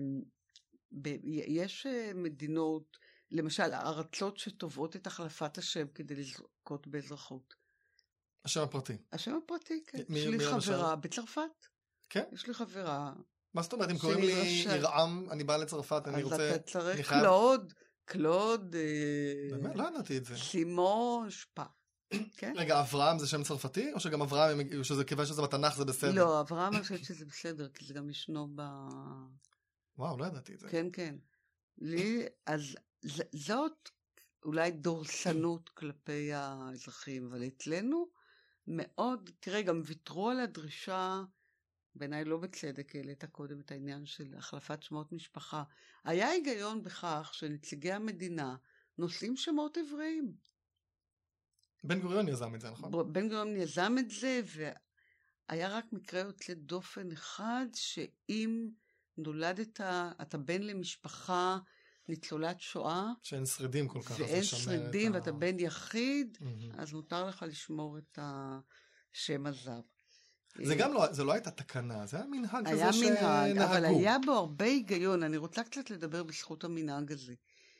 יש מדינות, למשל, ארצות שתובעות את החלפת השם כדי לזכות באזרחות. השם הפרטי. השם הפרטי, כן. יש לי חברה בצרפת. כן? יש לי חברה. מה זאת אומרת? אם קוראים לי ירעם, אני בא לצרפת, אני רוצה... אז אתה צריך קלוד, קלוד... באמת? לא ידעתי את זה. סימון, שפה. רגע, אברהם זה שם צרפתי? או שגם אברהם, שזה כיוון שזה בתנ"ך, זה בסדר? לא, אברהם אני חושבת שזה בסדר, כי זה גם ישנו ב... וואו, לא ידעתי את זה. כן, כן. לי, אז זאת אולי דורסנות כלפי האזרחים, אבל אצלנו מאוד, תראה, גם ויתרו על הדרישה בעיניי לא בצדק, העלית קודם את העניין של החלפת שמות משפחה. היה היגיון בכך שנציגי המדינה נושאים שמות עבריים. בן גוריון יזם את זה, נכון? בן גוריון יזם את זה, והיה רק מקרה יוצא דופן אחד, שאם נולדת, אתה בן למשפחה ניצולת שואה, שאין שרידים כל כך, ואין שרידים, ואתה בן יחיד, mm-hmm. אז מותר לך לשמור את השם הזר. זה גם לא, זה לא הייתה תקנה, זה היה מנהג היה כזה מנהג, שנהגו. אבל היה בו הרבה היגיון, אני רוצה קצת לדבר בזכות המנהג הזה.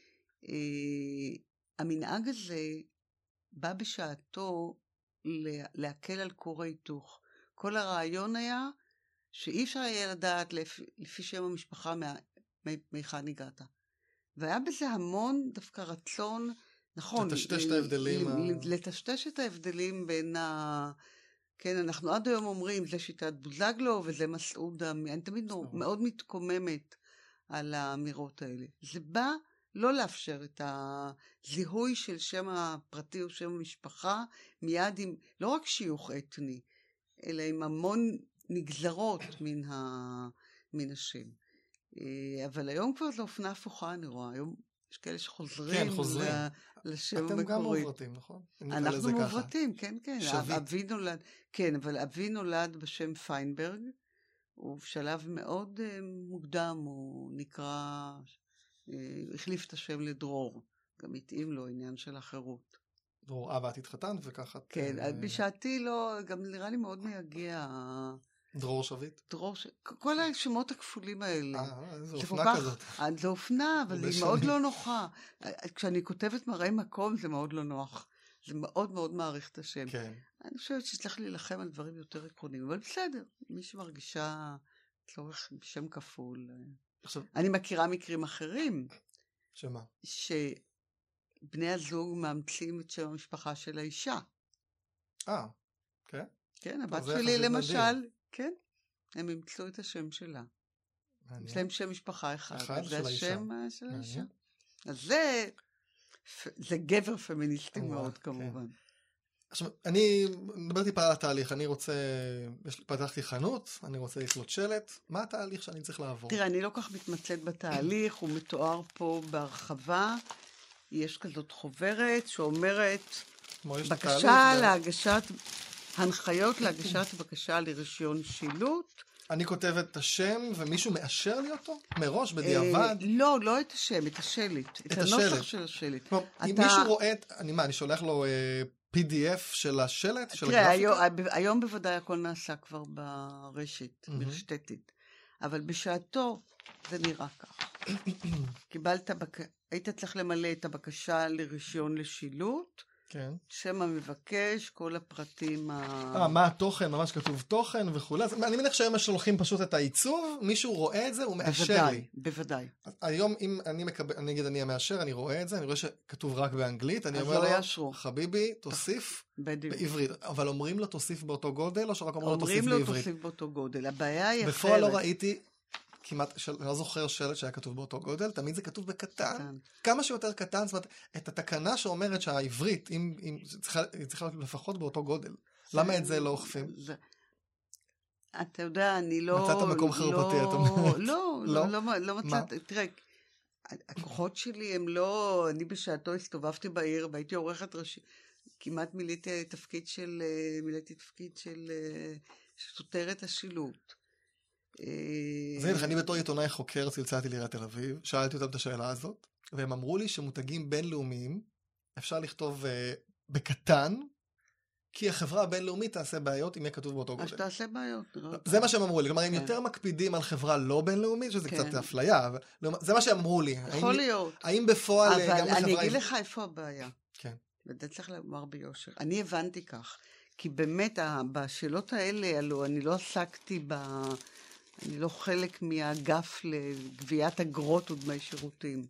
המנהג הזה בא בשעתו להקל על כור ההיתוך. כל הרעיון היה שאי אפשר היה לדעת לפי, לפי שם המשפחה מהיכן הגעת. והיה בזה המון דווקא רצון, נכון, לטשטש את ההבדלים. לטשטש את ההבדלים בין ה... כן, אנחנו עד היום אומרים, זה שיטת בוזגלו וזה מסעודה, אני תמיד מאוד מתקוממת על האמירות האלה. זה בא לא לאפשר את הזיהוי של שם הפרטי או שם המשפחה, מיד עם, לא רק שיוך אתני, אלא עם המון נגזרות מן, ה, מן השם. אבל היום כבר זו אופנה הפוכה, אני רואה. היום יש כאלה שחוזרים, כן, חוזרים. לשם המקורי. אתם גם מעוברתים, נכון? אנחנו מעוברתים, כן, כן. אבי נולד, כן, אבל אבי נולד בשם פיינברג, ובשלב מאוד מוקדם הוא נקרא, החליף את השם לדרור. גם התאים לו עניין של החירות. דרור אבא, את התחתנת וככה... כן, בשעתי לא, גם נראה לי מאוד מייגע. דרור שביט? דרור ש... כל השמות הכפולים האלה. אה, איזו אופנה כזאת. זו אופנה, אבל היא מאוד לא נוחה. כשאני כותבת מראי מקום, זה מאוד לא נוח. זה מאוד מאוד מעריך את השם. כן. אני חושבת שצריך להילחם על דברים יותר עקרוניים, אבל בסדר. מי שמרגישה צורך שם כפול. עכשיו... אני מכירה מקרים אחרים. שמה? שבני הזוג מאמצים את שם המשפחה של האישה. אה, כן? כן, הבת שלי למשל, כן, הם ימצאו את השם שלה. יש להם שם משפחה אחד, אחד זה השם של האישה. אז זה גבר פמיניסטי מאוד כמובן. עכשיו, אני מדבר טיפה על התהליך, אני רוצה, פתחתי חנות, אני רוצה לקנות שלט, מה התהליך שאני צריך לעבור? תראה, אני לא כך מתמצאת בתהליך, הוא מתואר פה בהרחבה, יש כזאת חוברת שאומרת, בקשה להגשת... הנחיות להגשת בקשה לרישיון שילוט. אני כותב את השם ומישהו מאשר לי אותו? מראש, בדיעבד? לא, לא את השם, את השלט. את הנוסח של השלט. אם מישהו רואה, אני מה, אני שולח לו פי די אף של השלט? תראה, היום בוודאי הכל נעשה כבר ברשת, ברשתתית. אבל בשעתו זה נראה כך. קיבלת, היית צריך למלא את הבקשה לרישיון לשילוט, כן. שם המבקש, כל הפרטים ה... אה, מה התוכן, ממש כתוב תוכן וכו'. אני מניח שהיום שולחים פשוט את העיצוב, מישהו רואה את זה, הוא מאשר לי. בוודאי. היום אם אני מקבל, אני אגיד אני המאשר, אני רואה את זה, אני רואה שכתוב רק באנגלית, אני אומר לו, חביבי, תוסיף בעברית. אבל אומרים לו תוסיף באותו גודל, או שרק אומרים לו תוסיף בעברית? אומרים לו תוסיף באותו גודל. הבעיה היא אחרת. בפועל לא ראיתי... כמעט, אני לא זוכר שלט שהיה כתוב באותו גודל, תמיד זה כתוב בקטן, כמה שיותר קטן, זאת אומרת, את התקנה שאומרת שהעברית, אם, אם, צריכה, צריכה להיות לפחות באותו גודל, למה את זה לא אוכפים? אתה יודע, אני לא... מצאת מקום חרבתי, אתה אומרת. לא, לא, לא, לא מצאת, תראה, הכוחות שלי הם לא, אני בשעתו הסתובבתי בעיר, והייתי עורכת ראשית, כמעט מילאתי תפקיד של, מילאתי תפקיד של סותרת השילוט. אז אני בתור עיתונאי חוקר צלצלתי לעיריית תל אביב, שאלתי אותם את השאלה הזאת, והם אמרו לי שמותגים בינלאומיים אפשר לכתוב בקטן, כי החברה הבינלאומית תעשה בעיות אם יהיה כתוב באותו גודל. אז תעשה בעיות. זה מה שהם אמרו לי, כלומר הם יותר מקפידים על חברה לא בינלאומית, שזה קצת אפליה, זה מה שהם אמרו לי. יכול להיות. האם בפועל גם לחברה... אבל אני אגיד לך איפה הבעיה. כן. וזה צריך לומר ביושר. אני הבנתי כך, כי באמת בשאלות האלה, הלוא אני לא עסקתי ב... אני לא חלק מהאגף לגביית אגרות ודמי שירותים.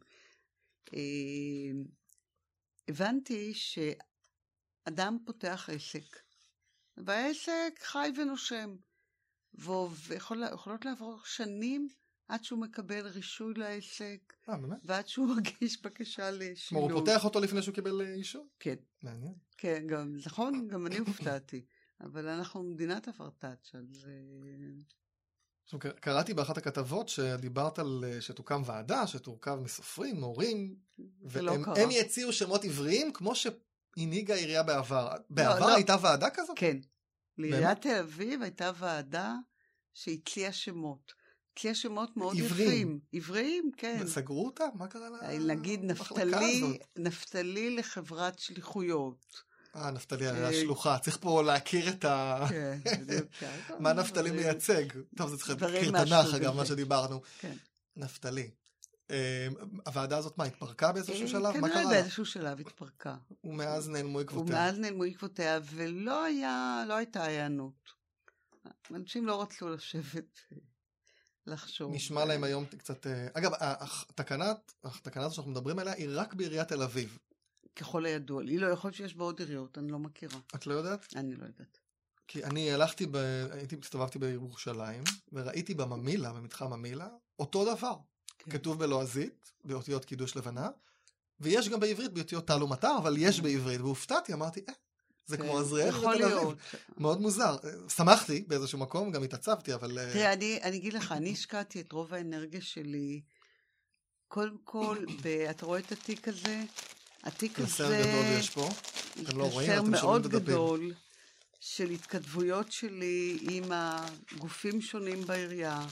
הבנתי שאדם פותח עסק, והעסק חי ונושם, ויכולות לעבור שנים עד שהוא מקבל רישוי לעסק, ועד שהוא מגיש בקשה לשילוב. הוא פותח אותו לפני שהוא קיבל אישור? כן. מעניין. כן, גם, נכון, גם אני הופתעתי. אבל אנחנו מדינת הפרטאץ', אז... עכשיו, קראתי באחת הכתבות שדיברת על שתוקם ועדה, שתורכב מסופרים, מורים, והם הם יציעו שמות עבריים, כמו שהנהיגה העירייה בעבר. בעבר לא, לא. הייתה ועדה כזאת? כן. לעיריית תל אביב הייתה ועדה שהציעה שמות. הציעה שמות מאוד עבריים. יפים. עבריים, כן. סגרו אותה? מה קרה לה? נגיד נפתלי, נפתלי לחברת שליחויות. אה, נפתלי השלוחה. צריך פה להכיר את ה... כן, בדיוק. מה נפתלי מייצג? טוב, זה צריך להכיר תנ"ך, אגב, מה שדיברנו. כן. נפתלי. הוועדה הזאת מה, התפרקה באיזשהו שלב? מה קרה? כנראה באיזשהו שלב התפרקה. ומאז נעלמו עקבותיה. ומאז נעלמו עקבותיה, ולא היה, לא הייתה העיינות. אנשים לא רצו לשבת לחשוב. נשמע להם היום קצת... אגב, התקנה שאנחנו מדברים עליה היא רק בעיריית תל אביב. ככל הידוע לי. לא, יכול להיות שיש בעוד עיריות, אני לא מכירה. את לא יודעת? אני לא יודעת. כי אני הלכתי, ב... הייתי, הסתובבתי בירושלים, וראיתי בממילה, במתחם המילה, אותו דבר. כן. כתוב בלועזית, באותיות קידוש לבנה, ויש גם בעברית באותיות טל ומטר, אבל יש בעברית, והופתעתי, אמרתי, אה, זה כן. כמו עזריאל בתל אביב. מאוד מוזר. שמחתי באיזשהו מקום, גם התעצבתי, אבל... תראה, אני, אני אגיד לך, אני השקעתי את רוב האנרגיה שלי, קודם כל, אתה רואה את התיק הזה? התיק הזה... קלסר גדול יש פה. אתם לא רואים, אתם שומעים את הדפים. מאוד גדול של התכתבויות שלי עם הגופים שונים בעירייה,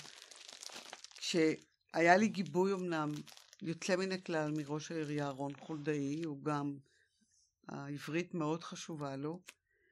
שהיה לי גיבוי אמנם יוצא מן הכלל מראש העירייה רון חולדאי, הוא גם, העברית מאוד חשובה לו,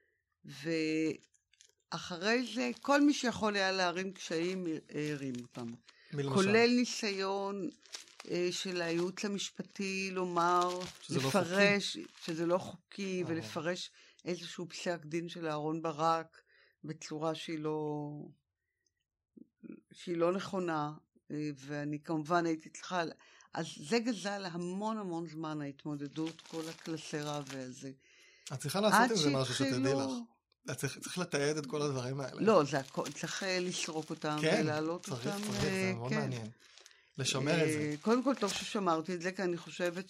ואחרי זה כל מי שיכול היה להרים קשיים הרים אותם. כולל ניסיון של הייעוץ המשפטי לומר, לפרש, לא שזה לא חוקי, אה. ולפרש איזשהו פסק דין של אהרון ברק, בצורה שהיא לא, שהיא לא נכונה, ואני כמובן הייתי צריכה, אז זה גזל המון המון זמן ההתמודדות, כל הקלסר העווה הזה. את צריכה לעשות עם זה משהו שתדעי לך. את צריך, צריך לתעד את כל הדברים האלה. לא, זה צריך לסרוק אותם כן, ולהעלות צריך, אותם. צריך, זה מאוד כן. מעניין. לשמר את זה. קודם כל טוב ששמרתי את זה, כי אני חושבת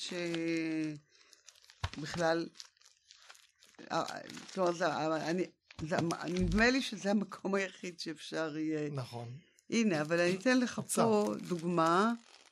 שבכלל, נדמה לי שזה המקום היחיד שאפשר יהיה. נכון. הנה, אבל אני אתן לך פה דוגמה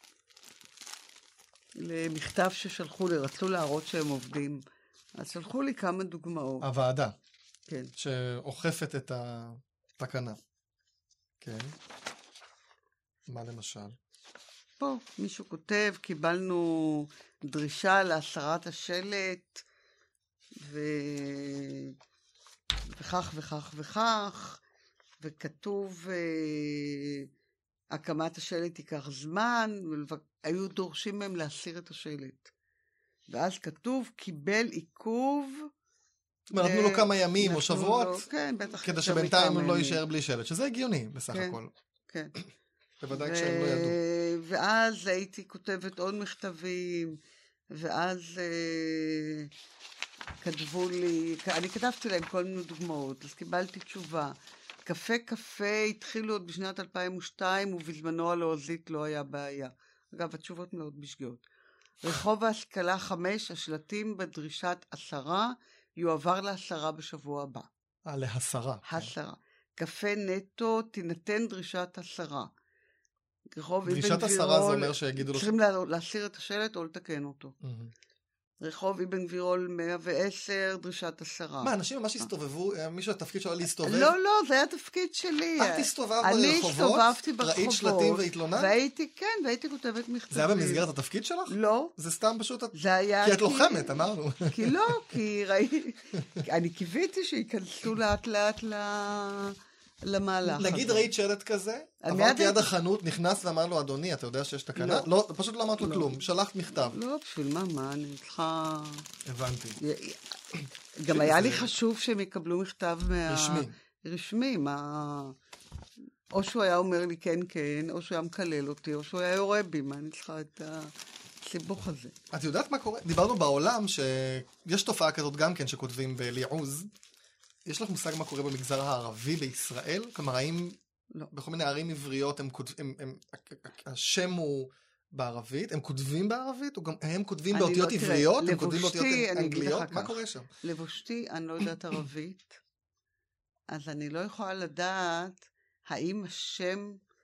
למכתב ששלחו לי, רצו להראות שהם עובדים. אז שלחו לי כמה דוגמאות. הוועדה. כן. שאוכפת את התקנה. כן. מה למשל? פה מישהו כותב, קיבלנו דרישה להסרת השלט, ו... וכך וכך וכך, וכתוב, אה, הקמת השלט ייקח זמן, והיו דורשים מהם להסיר את השלט. ואז כתוב, קיבל עיכוב, נתנו לו כמה ימים או שבועות, לו, כן, בטח כדי שבינתיים הוא לא יישאר בלי שלט, שזה הגיוני בסך כן, הכל. כן. בוודאי כשהם לא ידעו. ואז הייתי כותבת עוד מכתבים, ואז אה, כתבו לי, אני כתבתי להם כל מיני דוגמאות, אז קיבלתי תשובה. קפה קפה התחילו עוד בשנת אלפיים ושתיים, ובזמנו הלועזית לא היה בעיה. אגב, התשובות מאוד משגעות. רחוב ההשכלה חמש, השלטים בדרישת עשרה, יועבר לעשרה בשבוע הבא. אה, להסרה. הסרה. קפה נטו, תינתן דרישת עשרה. דרישת עשרה זה אומר שיגידו לו... צריכים להסיר את השלט או לתקן אותו. רחוב אבן גבירול מאה ועשר, דרישת עשרה. מה, אנשים ממש הסתובבו, מישהו התפקיד שלו להסתובב? לא, לא, זה היה התפקיד שלי. את הסתובבת ברחובות? אני הסתובבתי ברחובות. ראית שלטים והתלוננת? והייתי, כן, והייתי כותבת מכתבים. זה היה במסגרת התפקיד שלך? לא. זה סתם פשוט... זה היה... כי את לוחמת, אמרנו. כי לא, כי ראיתי... אני קיוויתי שיכנסו לאט לאט ל... למהלך. נגיד ראית שלט כזה, עברת יד החנות, נכנס ואמר לו, אדוני, אתה יודע שיש תקנה? לא, פשוט לא אמרת לו כלום, שלחת מכתב. לא, בשביל מה, מה, אני צריכה... הבנתי. גם היה לי חשוב שהם יקבלו מכתב מה... רשמי. רשמי, מה... או שהוא היה אומר לי כן, כן, או שהוא היה מקלל אותי, או שהוא היה יורה בי, מה אני צריכה את הסיבוך הזה. את יודעת מה קורה? דיברנו בעולם שיש תופעה כזאת גם כן שכותבים בליעוז, יש לך מושג מה קורה במגזר הערבי בישראל? כלומר, האם לא. בכל מיני ערים עבריות הם כותבים, הם, הם, השם הוא בערבית, הם כותבים בערבית, או גם הם כותבים באותיות לא, עבריות, תראה, הם כותבים באותיות אנגליות? מה קורה שם? לבושתי, אני לא יודעת ערבית, אז אני לא יכולה לדעת האם השם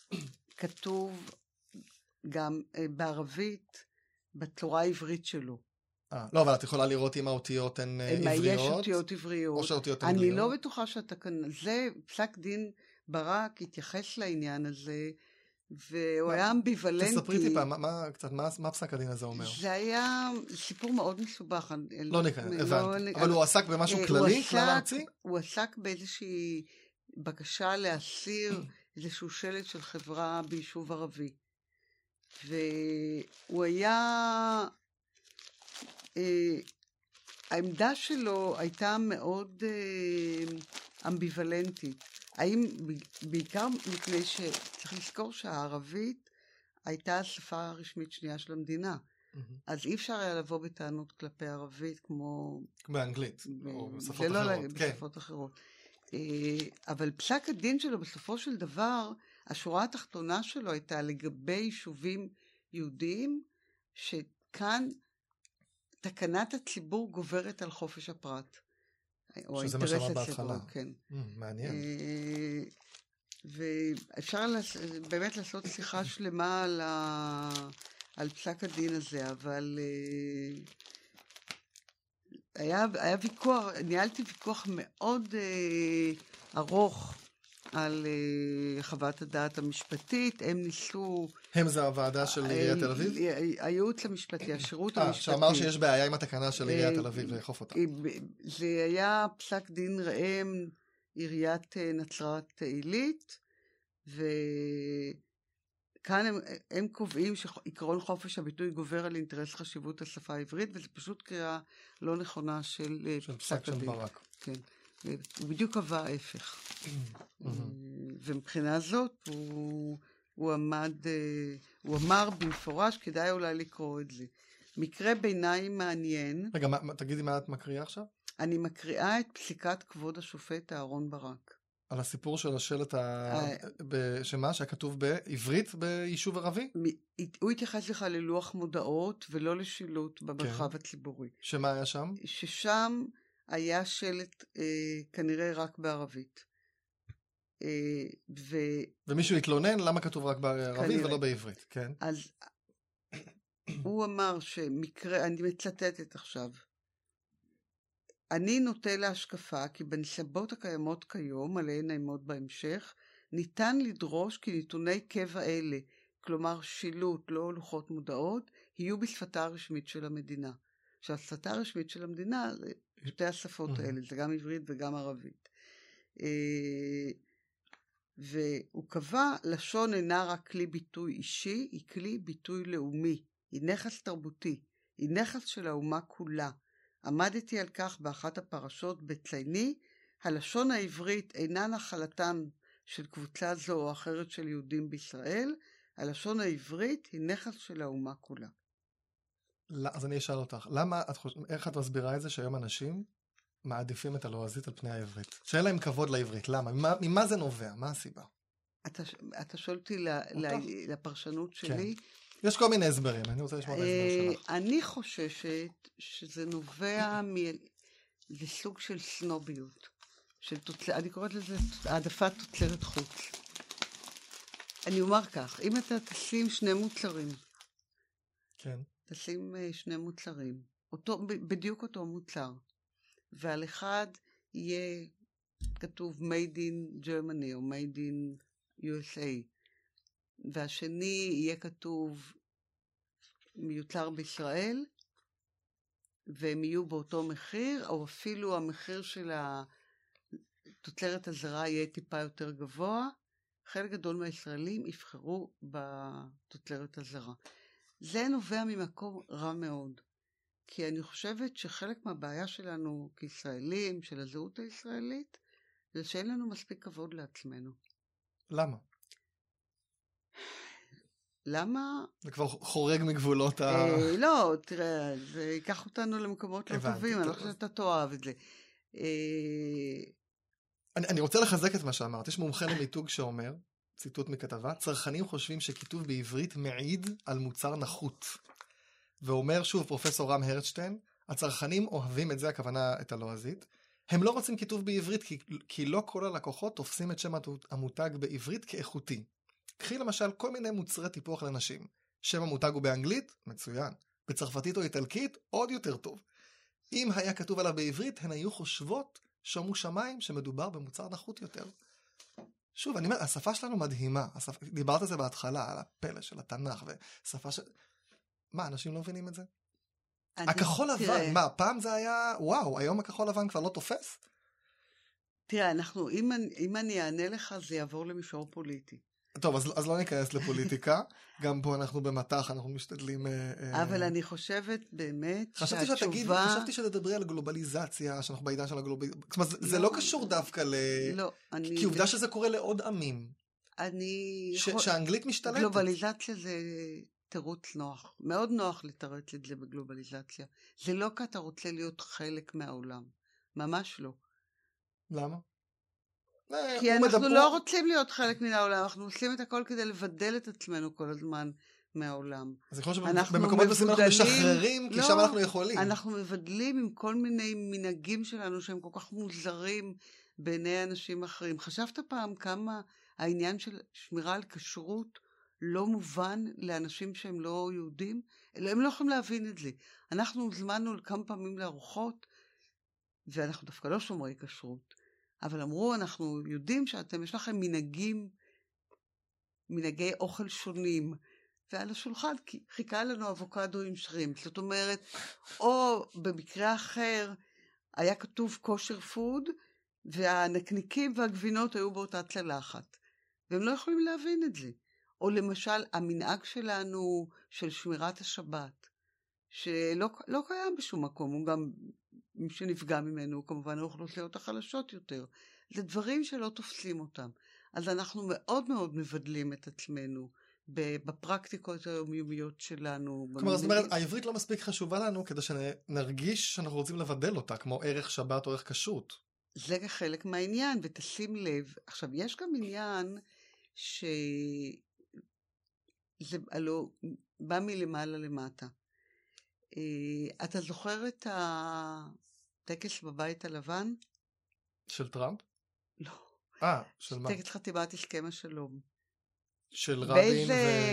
כתוב גם בערבית, בצורה העברית שלו. אה, לא, אבל את יכולה לראות אם האותיות הן עבריות. יש אותיות עבריות. או שהאותיות הן אני עבריות. לא בטוחה שאתה כאן, זה פסק דין ברק התייחס לעניין הזה, והוא היה אמביוולנטי. תספרי טיפה, מה, מה, קצת, מה, מה פסק הדין הזה אומר? זה היה סיפור מאוד מסובך. לא ניכנס, הבנתי. אבל הוא עסק במשהו כללי, כלל ארצי? הוא עסק באיזושהי בקשה להסיר איזשהו שלט של חברה ביישוב ערבי. והוא היה... העמדה שלו הייתה מאוד אמביוולנטית. האם, בעיקר מפני שצריך לזכור שהערבית הייתה השפה הרשמית שנייה של המדינה. אז אי אפשר היה לבוא בטענות כלפי ערבית כמו... באנגלית, או בשפות אחרות. בשפות אחרות. אבל פסק הדין שלו בסופו של דבר, השורה התחתונה שלו הייתה לגבי יישובים יהודיים, שכאן תקנת הציבור גוברת על חופש הפרט. שזה מה שאמרת בהתחלה. כן. מעניין. ואפשר באמת לעשות שיחה שלמה על, ה... על פסק הדין הזה, אבל היה, היה ויכוח, ניהלתי ויכוח מאוד ארוך על חוות הדעת המשפטית. הם ניסו... הם זה הוועדה של עיריית תל אביב? הייעוץ המשפטי, השירות המשפטי. שאמר שיש בעיה עם התקנה של עיריית תל אביב לאכוף אותה. זה היה פסק דין ראם עיריית נצרת עילית, וכאן הם, הם קובעים שעקרון חופש הביטוי גובר על אינטרס חשיבות השפה העברית, וזו פשוט קריאה לא נכונה של, של פסק של ברק. כן. הוא בדיוק קבע ההפך. ומבחינה זאת הוא, הוא עמד, הוא אמר במפורש, כדאי אולי לקרוא את זה. מקרה ביניים מעניין. רגע, מה, תגידי מה את מקריאה עכשיו? אני מקריאה את פסיקת כבוד השופט אהרון ברק. על הסיפור של השלט, שמה, שהיה כתוב בעברית ביישוב ערבי? הוא התייחס לך ללוח מודעות ולא לשילוט במרחב הציבורי. שמה היה שם? ששם היה שלט אה, כנראה רק בערבית. אה, ו... ומישהו התלונן למה כתוב רק בערבית כנראה. ולא בעברית, כן? אז הוא אמר שמקרה, אני מצטטת עכשיו, אני נוטה להשקפה כי בנסיבות הקיימות כיום, עליהן נעמוד בהמשך, ניתן לדרוש כי נתוני קבע אלה, כלומר שילוט, לא לוחות מודעות, יהיו בשפתה הרשמית של המדינה. שהשפתה הרשמית של המדינה זה שתי השפות האלה, זה גם עברית וגם ערבית. והוא קבע, לשון אינה רק כלי ביטוי אישי, היא כלי ביטוי לאומי, היא נכס תרבותי, היא נכס של האומה כולה. עמדתי על כך באחת הפרשות בצייני, הלשון העברית אינה נחלתם של קבוצה זו או אחרת של יהודים בישראל, הלשון העברית היא נכס של האומה כולה. לא, אז אני אשאל אותך, למה, את חוש... איך את מסבירה את זה שהיום אנשים מעדיפים את הלועזית על פני העברית? שאין להם כבוד לעברית, למה? ממה, ממה זה נובע? מה הסיבה? אתה, אתה שואל אותי לפרשנות שלי? כן. יש כל מיני הסברים, אני רוצה לשמוע את ההסבר שלך. אני חוששת שזה נובע מסוג של סנוביות. של תוצ... אני קוראת לזה העדפת תוצרת חוץ. אני אומר כך, אם אתה תשים שני מוצרים, כן. תשים שני מוצרים, אותו, בדיוק אותו מוצר, ועל אחד יהיה כתוב made in Germany או made in U S A, והשני יהיה כתוב מיוצר בישראל, והם יהיו באותו מחיר, או אפילו המחיר של התוצרת הזרה יהיה טיפה יותר גבוה, חלק גדול מהישראלים יבחרו בתוצרת הזרה. זה נובע ממקום רע מאוד, כי אני חושבת שחלק מהבעיה שלנו כישראלים, של הזהות הישראלית, זה שאין לנו מספיק כבוד לעצמנו. למה? למה? זה כבר חורג מגבולות ה... לא, תראה, זה ייקח אותנו למקומות לא טובים, אני לא חושבת שאתה תאהב את זה. אני רוצה לחזק את מה שאמרת. יש מומחה למיתוג שאומר, ציטוט מכתבה, צרכנים חושבים שכיתוב בעברית מעיד על מוצר נחות. ואומר שוב פרופסור רם הרצשטיין, הצרכנים אוהבים את זה, הכוונה את הלועזית, הם לא רוצים כיתוב בעברית כי, כי לא כל הלקוחות תופסים את שם המותג בעברית כאיכותי. קחי למשל כל מיני מוצרי טיפוח לנשים. שם המותג הוא באנגלית, מצוין. בצרפתית או איטלקית, עוד יותר טוב. אם היה כתוב עליו בעברית, הן היו חושבות, שומו שמיים, שמדובר במוצר נחות יותר. שוב, אני אומר, השפה שלנו מדהימה. השפה, דיברת על זה בהתחלה, על הפלא של התנ"ך, ושפה של... מה, אנשים לא מבינים את זה? הכחול לבן, מה, פעם זה היה, וואו, היום הכחול לבן כבר לא תופס? תראה, אנחנו, אם, אם אני אענה לך, זה יעבור למישור פוליטי. טוב, אז, אז לא ניכנס לפוליטיקה, גם פה אנחנו במתח, אנחנו משתדלים... אבל אני חושבת באמת חשבתי שהתשובה... חשבתי שתדברי על גלובליזציה, שאנחנו בעידן של הגלובליזציה, זאת אומרת, זה לא קשור דווקא ל... לא, אני... כי עובדה שזה קורה לעוד עמים. אני... שהאנגלית משתלטת. גלובליזציה זה תירוץ נוח, מאוד נוח לתרץ את זה בגלובליזציה. זה לא כי אתה רוצה להיות חלק מהעולם, ממש לא. למה? כי אנחנו לא רוצים להיות חלק מן העולם, אנחנו עושים את הכל כדי לבדל את עצמנו כל הזמן מהעולם. אז יכול להיות שבמקומות מסוימים אנחנו משחררים, כי שם אנחנו יכולים. אנחנו מבדלים עם כל מיני מנהגים שלנו שהם כל כך מוזרים בעיני אנשים אחרים. חשבת פעם כמה העניין של שמירה על כשרות לא מובן לאנשים שהם לא יהודים? הם לא יכולים להבין את זה. אנחנו הוזמנו כמה פעמים לארוחות, ואנחנו דווקא לא שומרי כשרות. אבל אמרו, אנחנו יודעים שאתם, יש לכם מנהגים, מנהגי אוכל שונים, ועל השולחן חיכה לנו אבוקדו עם שרימפ. זאת אומרת, או במקרה אחר, היה כתוב כושר פוד, והנקניקים והגבינות היו באותה צלחת. והם לא יכולים להבין את זה. או למשל, המנהג שלנו של שמירת השבת, שלא לא קיים בשום מקום, הוא גם... מי שנפגע ממנו, כמובן האוכלוסיות החלשות יותר. זה דברים שלא תופסים אותם. אז אנחנו מאוד מאוד מבדלים את עצמנו בפרקטיקות היומיומיות שלנו. כלומר, זאת אומרת, העברית לא מספיק חשובה לנו כדי שנרגיש שאנחנו רוצים לבדל אותה, כמו ערך שבת או ערך כשרות. זה חלק מהעניין, ותשים לב. עכשיו, יש גם עניין שזה הלא, בא מלמעלה למטה. אתה זוכר את הטקס בבית הלבן? של טראמפ? לא. אה, של מה? טקס חתימת הסכם השלום. של רבין ו...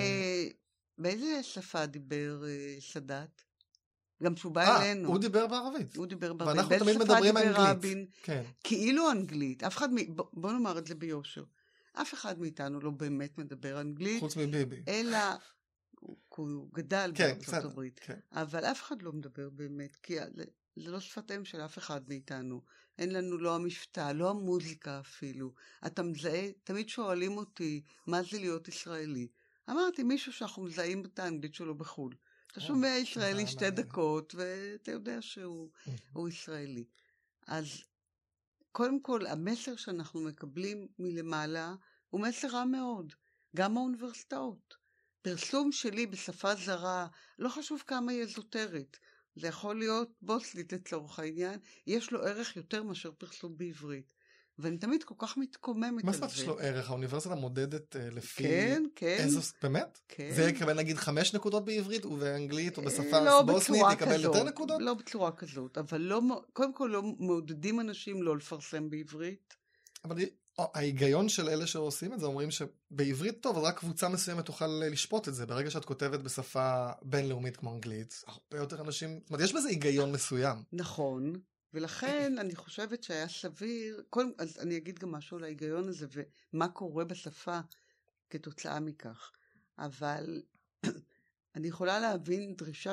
באיזה שפה דיבר סאדאת? גם שהוא בא אלינו. הוא דיבר בערבית. הוא דיבר בערבית. ואנחנו תמיד מדברים אנגלית. כן. כאילו אנגלית. אף אחד, בוא נאמר את זה ביושר. אף אחד מאיתנו לא באמת מדבר אנגלית. חוץ מביבי. אלא... הוא גדל כן, בארצות הברית, כן. אבל אף אחד לא מדבר באמת, כי זה לא שפתם של אף אחד מאיתנו, אין לנו לא המשפטה, לא המוזיקה אפילו, אתה מזהה, תמיד שואלים אותי, מה זה להיות ישראלי? אמרתי, מישהו שאנחנו מזהים את האנגלית שלו בחול, אתה שומע ישראלי שתי דקות, ואתה יודע שהוא ישראלי. אז קודם כל, המסר שאנחנו מקבלים מלמעלה, הוא מסר רע מאוד, גם האוניברסיטאות. פרסום שלי בשפה זרה, לא חשוב כמה היא אזוטרית, זה יכול להיות בוסלית לצורך העניין, יש לו ערך יותר מאשר פרסום בעברית. ואני תמיד כל כך מתקוממת מה על זה. זאת יש לו ערך? האוניברסיטה מודדת uh, לפי... כן, כן. איזו... באמת? כן. זה יקבל נגיד חמש נקודות בעברית ובאנגלית או בשפה לא בוסנית יקבל יותר נקודות? לא בצורה כזאת, אבל לא, קודם כל לא מעודדים אנשים לא לפרסם בעברית. אבל ההיגיון של אלה שעושים את זה, אומרים שבעברית טוב, אז רק קבוצה מסוימת תוכל לשפוט את זה. ברגע שאת כותבת בשפה בינלאומית כמו אנגלית, הרבה יותר אנשים, זאת אומרת, יש בזה היגיון מסוים. נכון, ולכן אני חושבת שהיה סביר, קודם, אז אני אגיד גם משהו על ההיגיון הזה, ומה קורה בשפה כתוצאה מכך. אבל אני יכולה להבין דרישה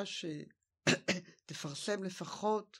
שתפרסם לפחות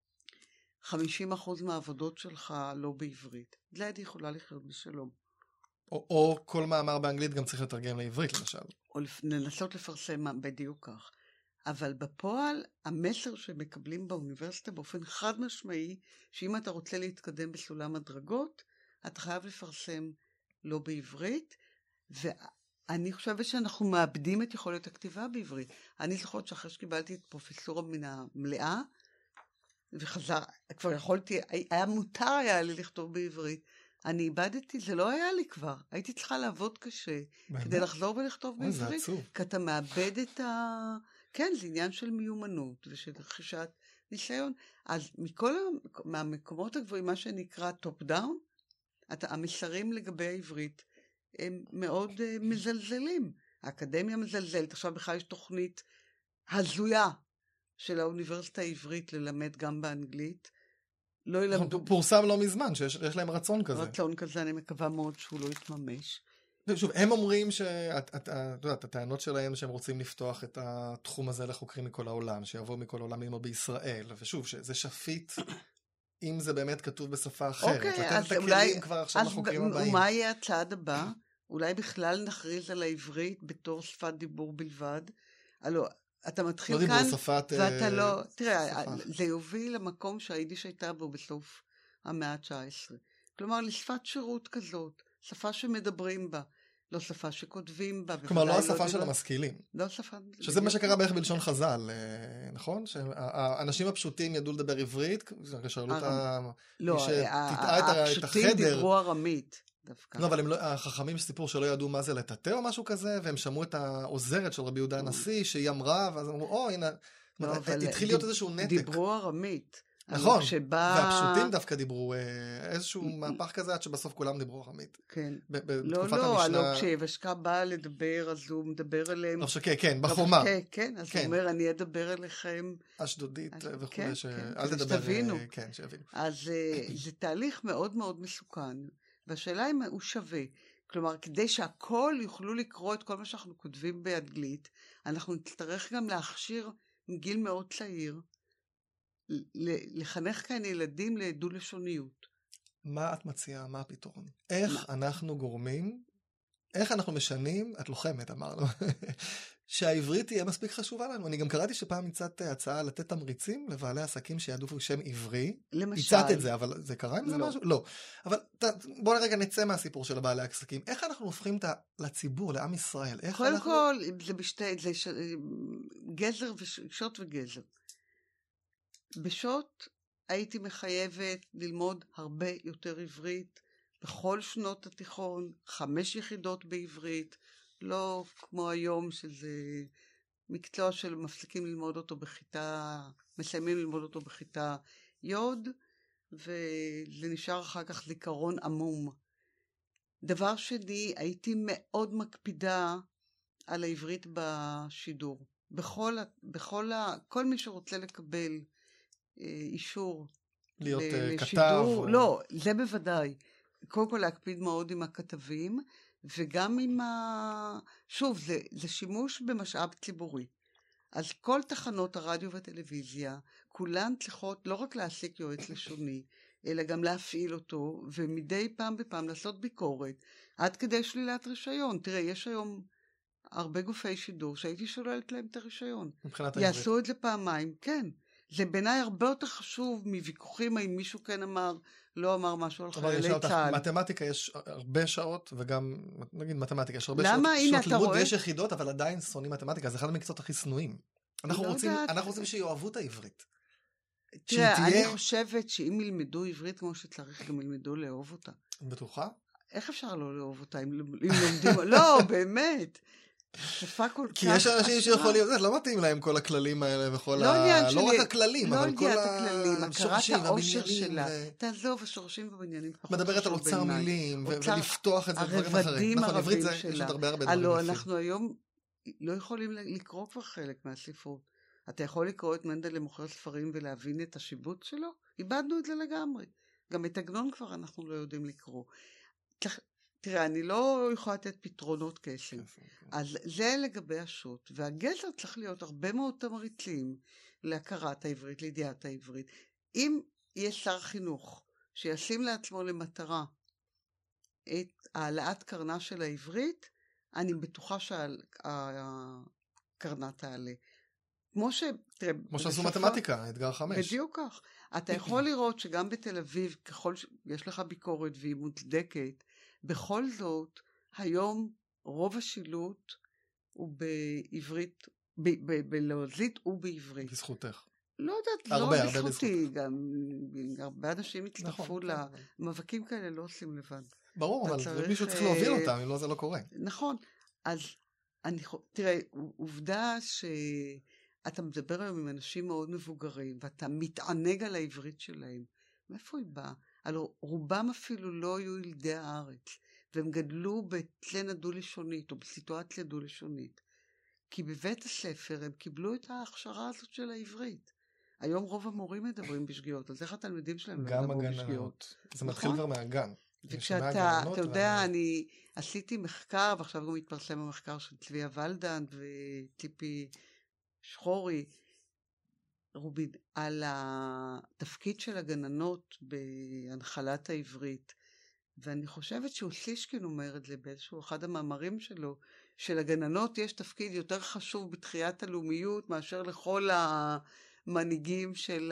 חמישים אחוז מהעבודות שלך לא בעברית. זה הייתי יכולה לחיות בשלום. או, או כל מאמר באנגלית גם צריך לתרגם לעברית, למשל. או לנסות לפרסם בדיוק כך. אבל בפועל, המסר שמקבלים באוניברסיטה באופן חד משמעי, שאם אתה רוצה להתקדם בסולם הדרגות, אתה חייב לפרסם לא בעברית, ואני חושבת שאנחנו מאבדים את יכולת הכתיבה בעברית. אני זוכרת שאחרי שקיבלתי את פרופסורה מן המלאה, וחזר, כבר יכולתי, היה מותר היה לי לכתוב בעברית. אני איבדתי, זה לא היה לי כבר. הייתי צריכה לעבוד קשה, באמת? כדי לחזור ולכתוב בעברית. זה עצוב. כי אתה מאבד את ה... כן, זה עניין של מיומנות ושל רכישת ניסיון. אז מכל מהמקומות הגבוהים, מה שנקרא טופ דאון, המסרים לגבי העברית הם מאוד uh, מזלזלים. האקדמיה מזלזלת, עכשיו בכלל יש תוכנית הזויה של האוניברסיטה העברית ללמד גם באנגלית. לא ילמדו... פורסם לא מזמן, שיש יש להם רצון כזה. רצון כזה, אני מקווה מאוד שהוא לא יתממש. שוב, הם אומרים שהטענות שלהם שהם רוצים לפתוח את התחום הזה לחוקרים מכל העולם, שיבואו מכל העולם ללמוד בישראל, ושוב, שזה שפיט, אם זה באמת כתוב בשפה אחרת. אוקיי, לתת אז את הכלים אולי... כבר עכשיו לחוקרים אז הבאים. ומה יהיה הצעד הבא? אולי בכלל נכריז על העברית בתור שפת דיבור בלבד? הלוא, אתה מתחיל לא כאן, דיבור, שפת... ואתה לא... תראה, שפה. זה יוביל למקום שהיידיש הייתה בו בסוף המאה ה-תשע עשרה. כלומר, לשפת שירות כזאת, שפה שמדברים בה. לא שפה שכותבים בה. כלומר, לא השפה של המשכילים. לא שפה... שזה מה שקרה בערך בלשון חז"ל, נכון? שהאנשים הפשוטים ידעו לדבר עברית, שאלו את ה... לא, הפשוטים דיברו ארמית דווקא. לא, אבל החכמים יש סיפור שלא ידעו מה זה לטאטא או משהו כזה, והם שמעו את העוזרת של רבי יהודה הנשיא, שהיא אמרה, ואז אמרו, או, הנה, התחיל להיות איזשהו נתק. דיברו ארמית. נכון, והפשוטים דווקא דיברו איזשהו מהפך כזה, עד שבסוף כולם דיברו ארמית. כן. בתקופת לא, המשנה... לא, כשיבשקה באה לדבר, אז הוא מדבר אליהם. כן, כן, בחומה. כן, כן, אז הוא אומר, אני אדבר אליכם. אשדודית וכו', אל תדבר, כן, שיבינו. אז זה תהליך מאוד מאוד מסוכן, והשאלה אם הוא שווה. כלומר, כדי שהכל יוכלו לקרוא את כל מה שאנחנו כותבים באנגלית, אנחנו נצטרך גם להכשיר מגיל מאוד צעיר, לחנך כאן ילדים לדו-לשוניות. מה את מציעה? מה הפתרון? איך אנחנו גורמים, איך אנחנו משנים, את לוחמת אמרנו, שהעברית תהיה מספיק חשובה לנו. אני גם קראתי שפעם הצעת הצעה לתת תמריצים לבעלי עסקים שיעדיפו שם עברי. למשל. הצעת את זה, אבל זה קרה עם זה משהו? לא. אבל בואו רגע נצא מהסיפור של בעלי העסקים. איך אנחנו הופכים לציבור, לעם ישראל? קודם כל, זה בשתי, זה גזר ושוט וגזר. בשוט הייתי מחייבת ללמוד הרבה יותר עברית, בכל שנות התיכון, חמש יחידות בעברית, לא כמו היום שזה מקצוע של מפסיקים ללמוד אותו בכיתה, מסיימים ללמוד אותו בכיתה יוד, וזה נשאר אחר כך זיכרון עמום. דבר שני, הייתי מאוד מקפידה על העברית בשידור. בכל, בכל, כל מי שרוצה לקבל אישור להיות לשידור, כתב או... לא, זה בוודאי. קודם כל להקפיד מאוד עם הכתבים, וגם עם ה... שוב, זה, זה שימוש במשאב ציבורי. אז כל תחנות הרדיו והטלוויזיה, כולן צריכות לא רק להעסיק יועץ לשוני, אלא גם להפעיל אותו, ומדי פעם בפעם לעשות ביקורת, עד כדי שלילת רישיון. תראה, יש היום הרבה גופי שידור שהייתי שוללת להם את הרישיון. מבחינת העברית. יעשו את זה פעמיים, כן. זה בעיניי הרבה יותר חשוב מוויכוחים האם מישהו כן אמר, לא אמר משהו על חיילי צה"ל. מתמטיקה יש הרבה שעות, וגם, נגיד מתמטיקה, יש הרבה למה? שעות, הנה, שעות לימוד רואה? ויש יחידות, אבל עדיין שונאים מתמטיקה, זה אחד המקצועות הכי שנואים. אנחנו לא רוצים, יודעת. אנחנו רוצים שיאהבו את העברית. תראה, תהיה... אני חושבת שאם ילמדו עברית כמו שצריך, גם ילמדו לאהוב אותה. בטוחה? איך אפשר לא לאהוב אותה אם לומדים? לא, באמת. שפה כל כך... כי יש אנשים שיכולים, זה לא מתאים להם כל הכללים האלה וכל לא ה... לא רק הכללים, אבל כל השורשים והבניינים. תעזוב, השורשים והבניינים פחות חשוב בעיניי. מדברת על אוצר מילים, ולפתוח את זה לדברים אחרים. הרבדים הרבים שלה. יש עוד הרבה הרבה דברים הלוא יפים. אנחנו היום לא יכולים לקרוא כבר חלק מהספרות. אתה יכול לקרוא את מנדל למוכר ספרים ולהבין את השיבוץ שלו? איבדנו את זה לגמרי. גם את עגנון כבר אנחנו לא יודעים לקרוא. תראה, אני לא יכולה לתת פתרונות קסם. אז זה לגבי השוט. והגזר צריך להיות הרבה מאוד תמריצים להכרת העברית, לידיעת העברית. אם יש שר חינוך שישים לעצמו למטרה את העלאת קרנה של העברית, אני בטוחה שהקרנה תעלה. כמו ש... תראה, כמו שעשו מתמטיקה, אתגר חמש. בדיוק כך. אתה יכול לראות שגם בתל אביב, ככל שיש לך ביקורת והיא מוצדקת, בכל זאת, היום רוב השילוט הוא בעברית, בלועזית ובעברית. בזכותך. לא יודעת, הרבה, לא הרבה בזכותי, גם הרבה אנשים הצטרפו למאבקים כאלה, לא עושים לבד. ברור, אבל מישהו צריך להוביל אותם, אם לא זה לא קורה. נכון, אז אני, תראה, עובדה שאתה מדבר היום עם אנשים מאוד מבוגרים, ואתה מתענג על העברית שלהם. מאיפה היא באה? הלוא רובם אפילו לא היו ילדי הארץ, והם גדלו בתלנה דו-לשונית, או בסיטואציה דו-לשונית. כי בבית הספר הם קיבלו את ההכשרה הזאת של העברית. היום רוב המורים מדברים בשגיאות, אז איך התלמידים שלהם לא ידברו בשגיאות? גם הגננות. זה מתחיל כבר מהגן. וכשאתה, אתה יודע, אני עשיתי מחקר, ועכשיו גם התפרסם המחקר של צביה ולדן וטיפי שחורי, רובין, על התפקיד של הגננות בהנחלת העברית. ואני חושבת שאוסישקין אומר את זה באיזשהו אחד המאמרים שלו, שלגננות יש תפקיד יותר חשוב בתחיית הלאומיות, מאשר לכל המנהיגים של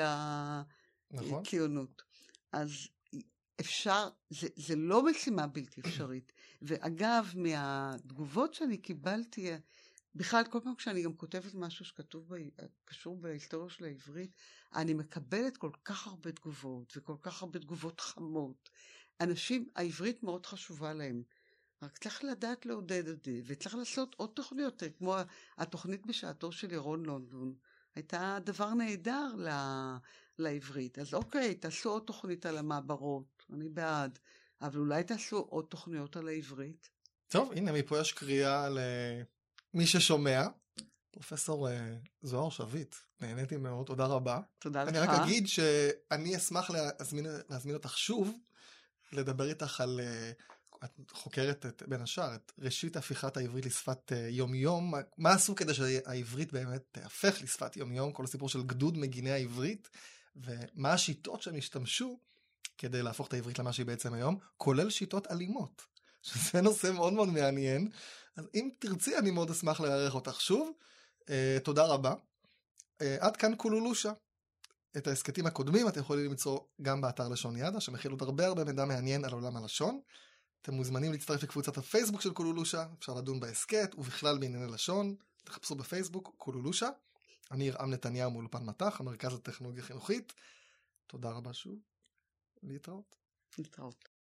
הציונות. נכון. אז אפשר, זה, זה לא משימה בלתי אפשרית. ואגב, מהתגובות שאני קיבלתי, בכלל, כל פעם כשאני גם כותבת משהו שכתוב, קשור בהיסטוריה של העברית, אני מקבלת כל כך הרבה תגובות, וכל כך הרבה תגובות חמות. אנשים, העברית מאוד חשובה להם. רק צריך לדעת לעודד את זה, וצריך לעשות עוד תוכניות, כמו התוכנית בשעתו של ירון לונדון, הייתה דבר נהדר לה, לעברית. אז אוקיי, תעשו עוד תוכנית על המעברות, אני בעד, אבל אולי תעשו עוד תוכניות על העברית. טוב, הנה, מפה יש קריאה למי ששומע. פרופסור זוהר שביט, נהניתי מאוד, תודה רבה. תודה לך. אני רק אגיד שאני אשמח להזמין, להזמין אותך שוב, לדבר איתך על, את חוקרת את, בין השאר, את ראשית הפיכת העברית לשפת יום-יום, מה עשו כדי שהעברית באמת תהפך לשפת יום-יום, כל הסיפור של גדוד מגיני העברית, ומה השיטות שהם השתמשו כדי להפוך את העברית למה שהיא בעצם היום, כולל שיטות אלימות, שזה נושא מאוד מאוד מעניין, אז אם תרצי אני מאוד אשמח לארח אותך שוב, uh, תודה רבה. Uh, עד כאן קולולושה. את ההסקטים הקודמים אתם יכולים למצוא גם באתר לשון ידע, שמכיל עוד הרבה הרבה מידע מעניין על עולם הלשון. אתם מוזמנים להצטרף לקבוצת הפייסבוק של קולולושה, אפשר לדון בהסקט ובכלל בענייני לשון, תחפשו בפייסבוק קולולושה. אני ירעם נתניהו מאולפן מטח, המרכז הטכנולוגיה החינוכית. תודה רבה שוב, להתראות. להתראות.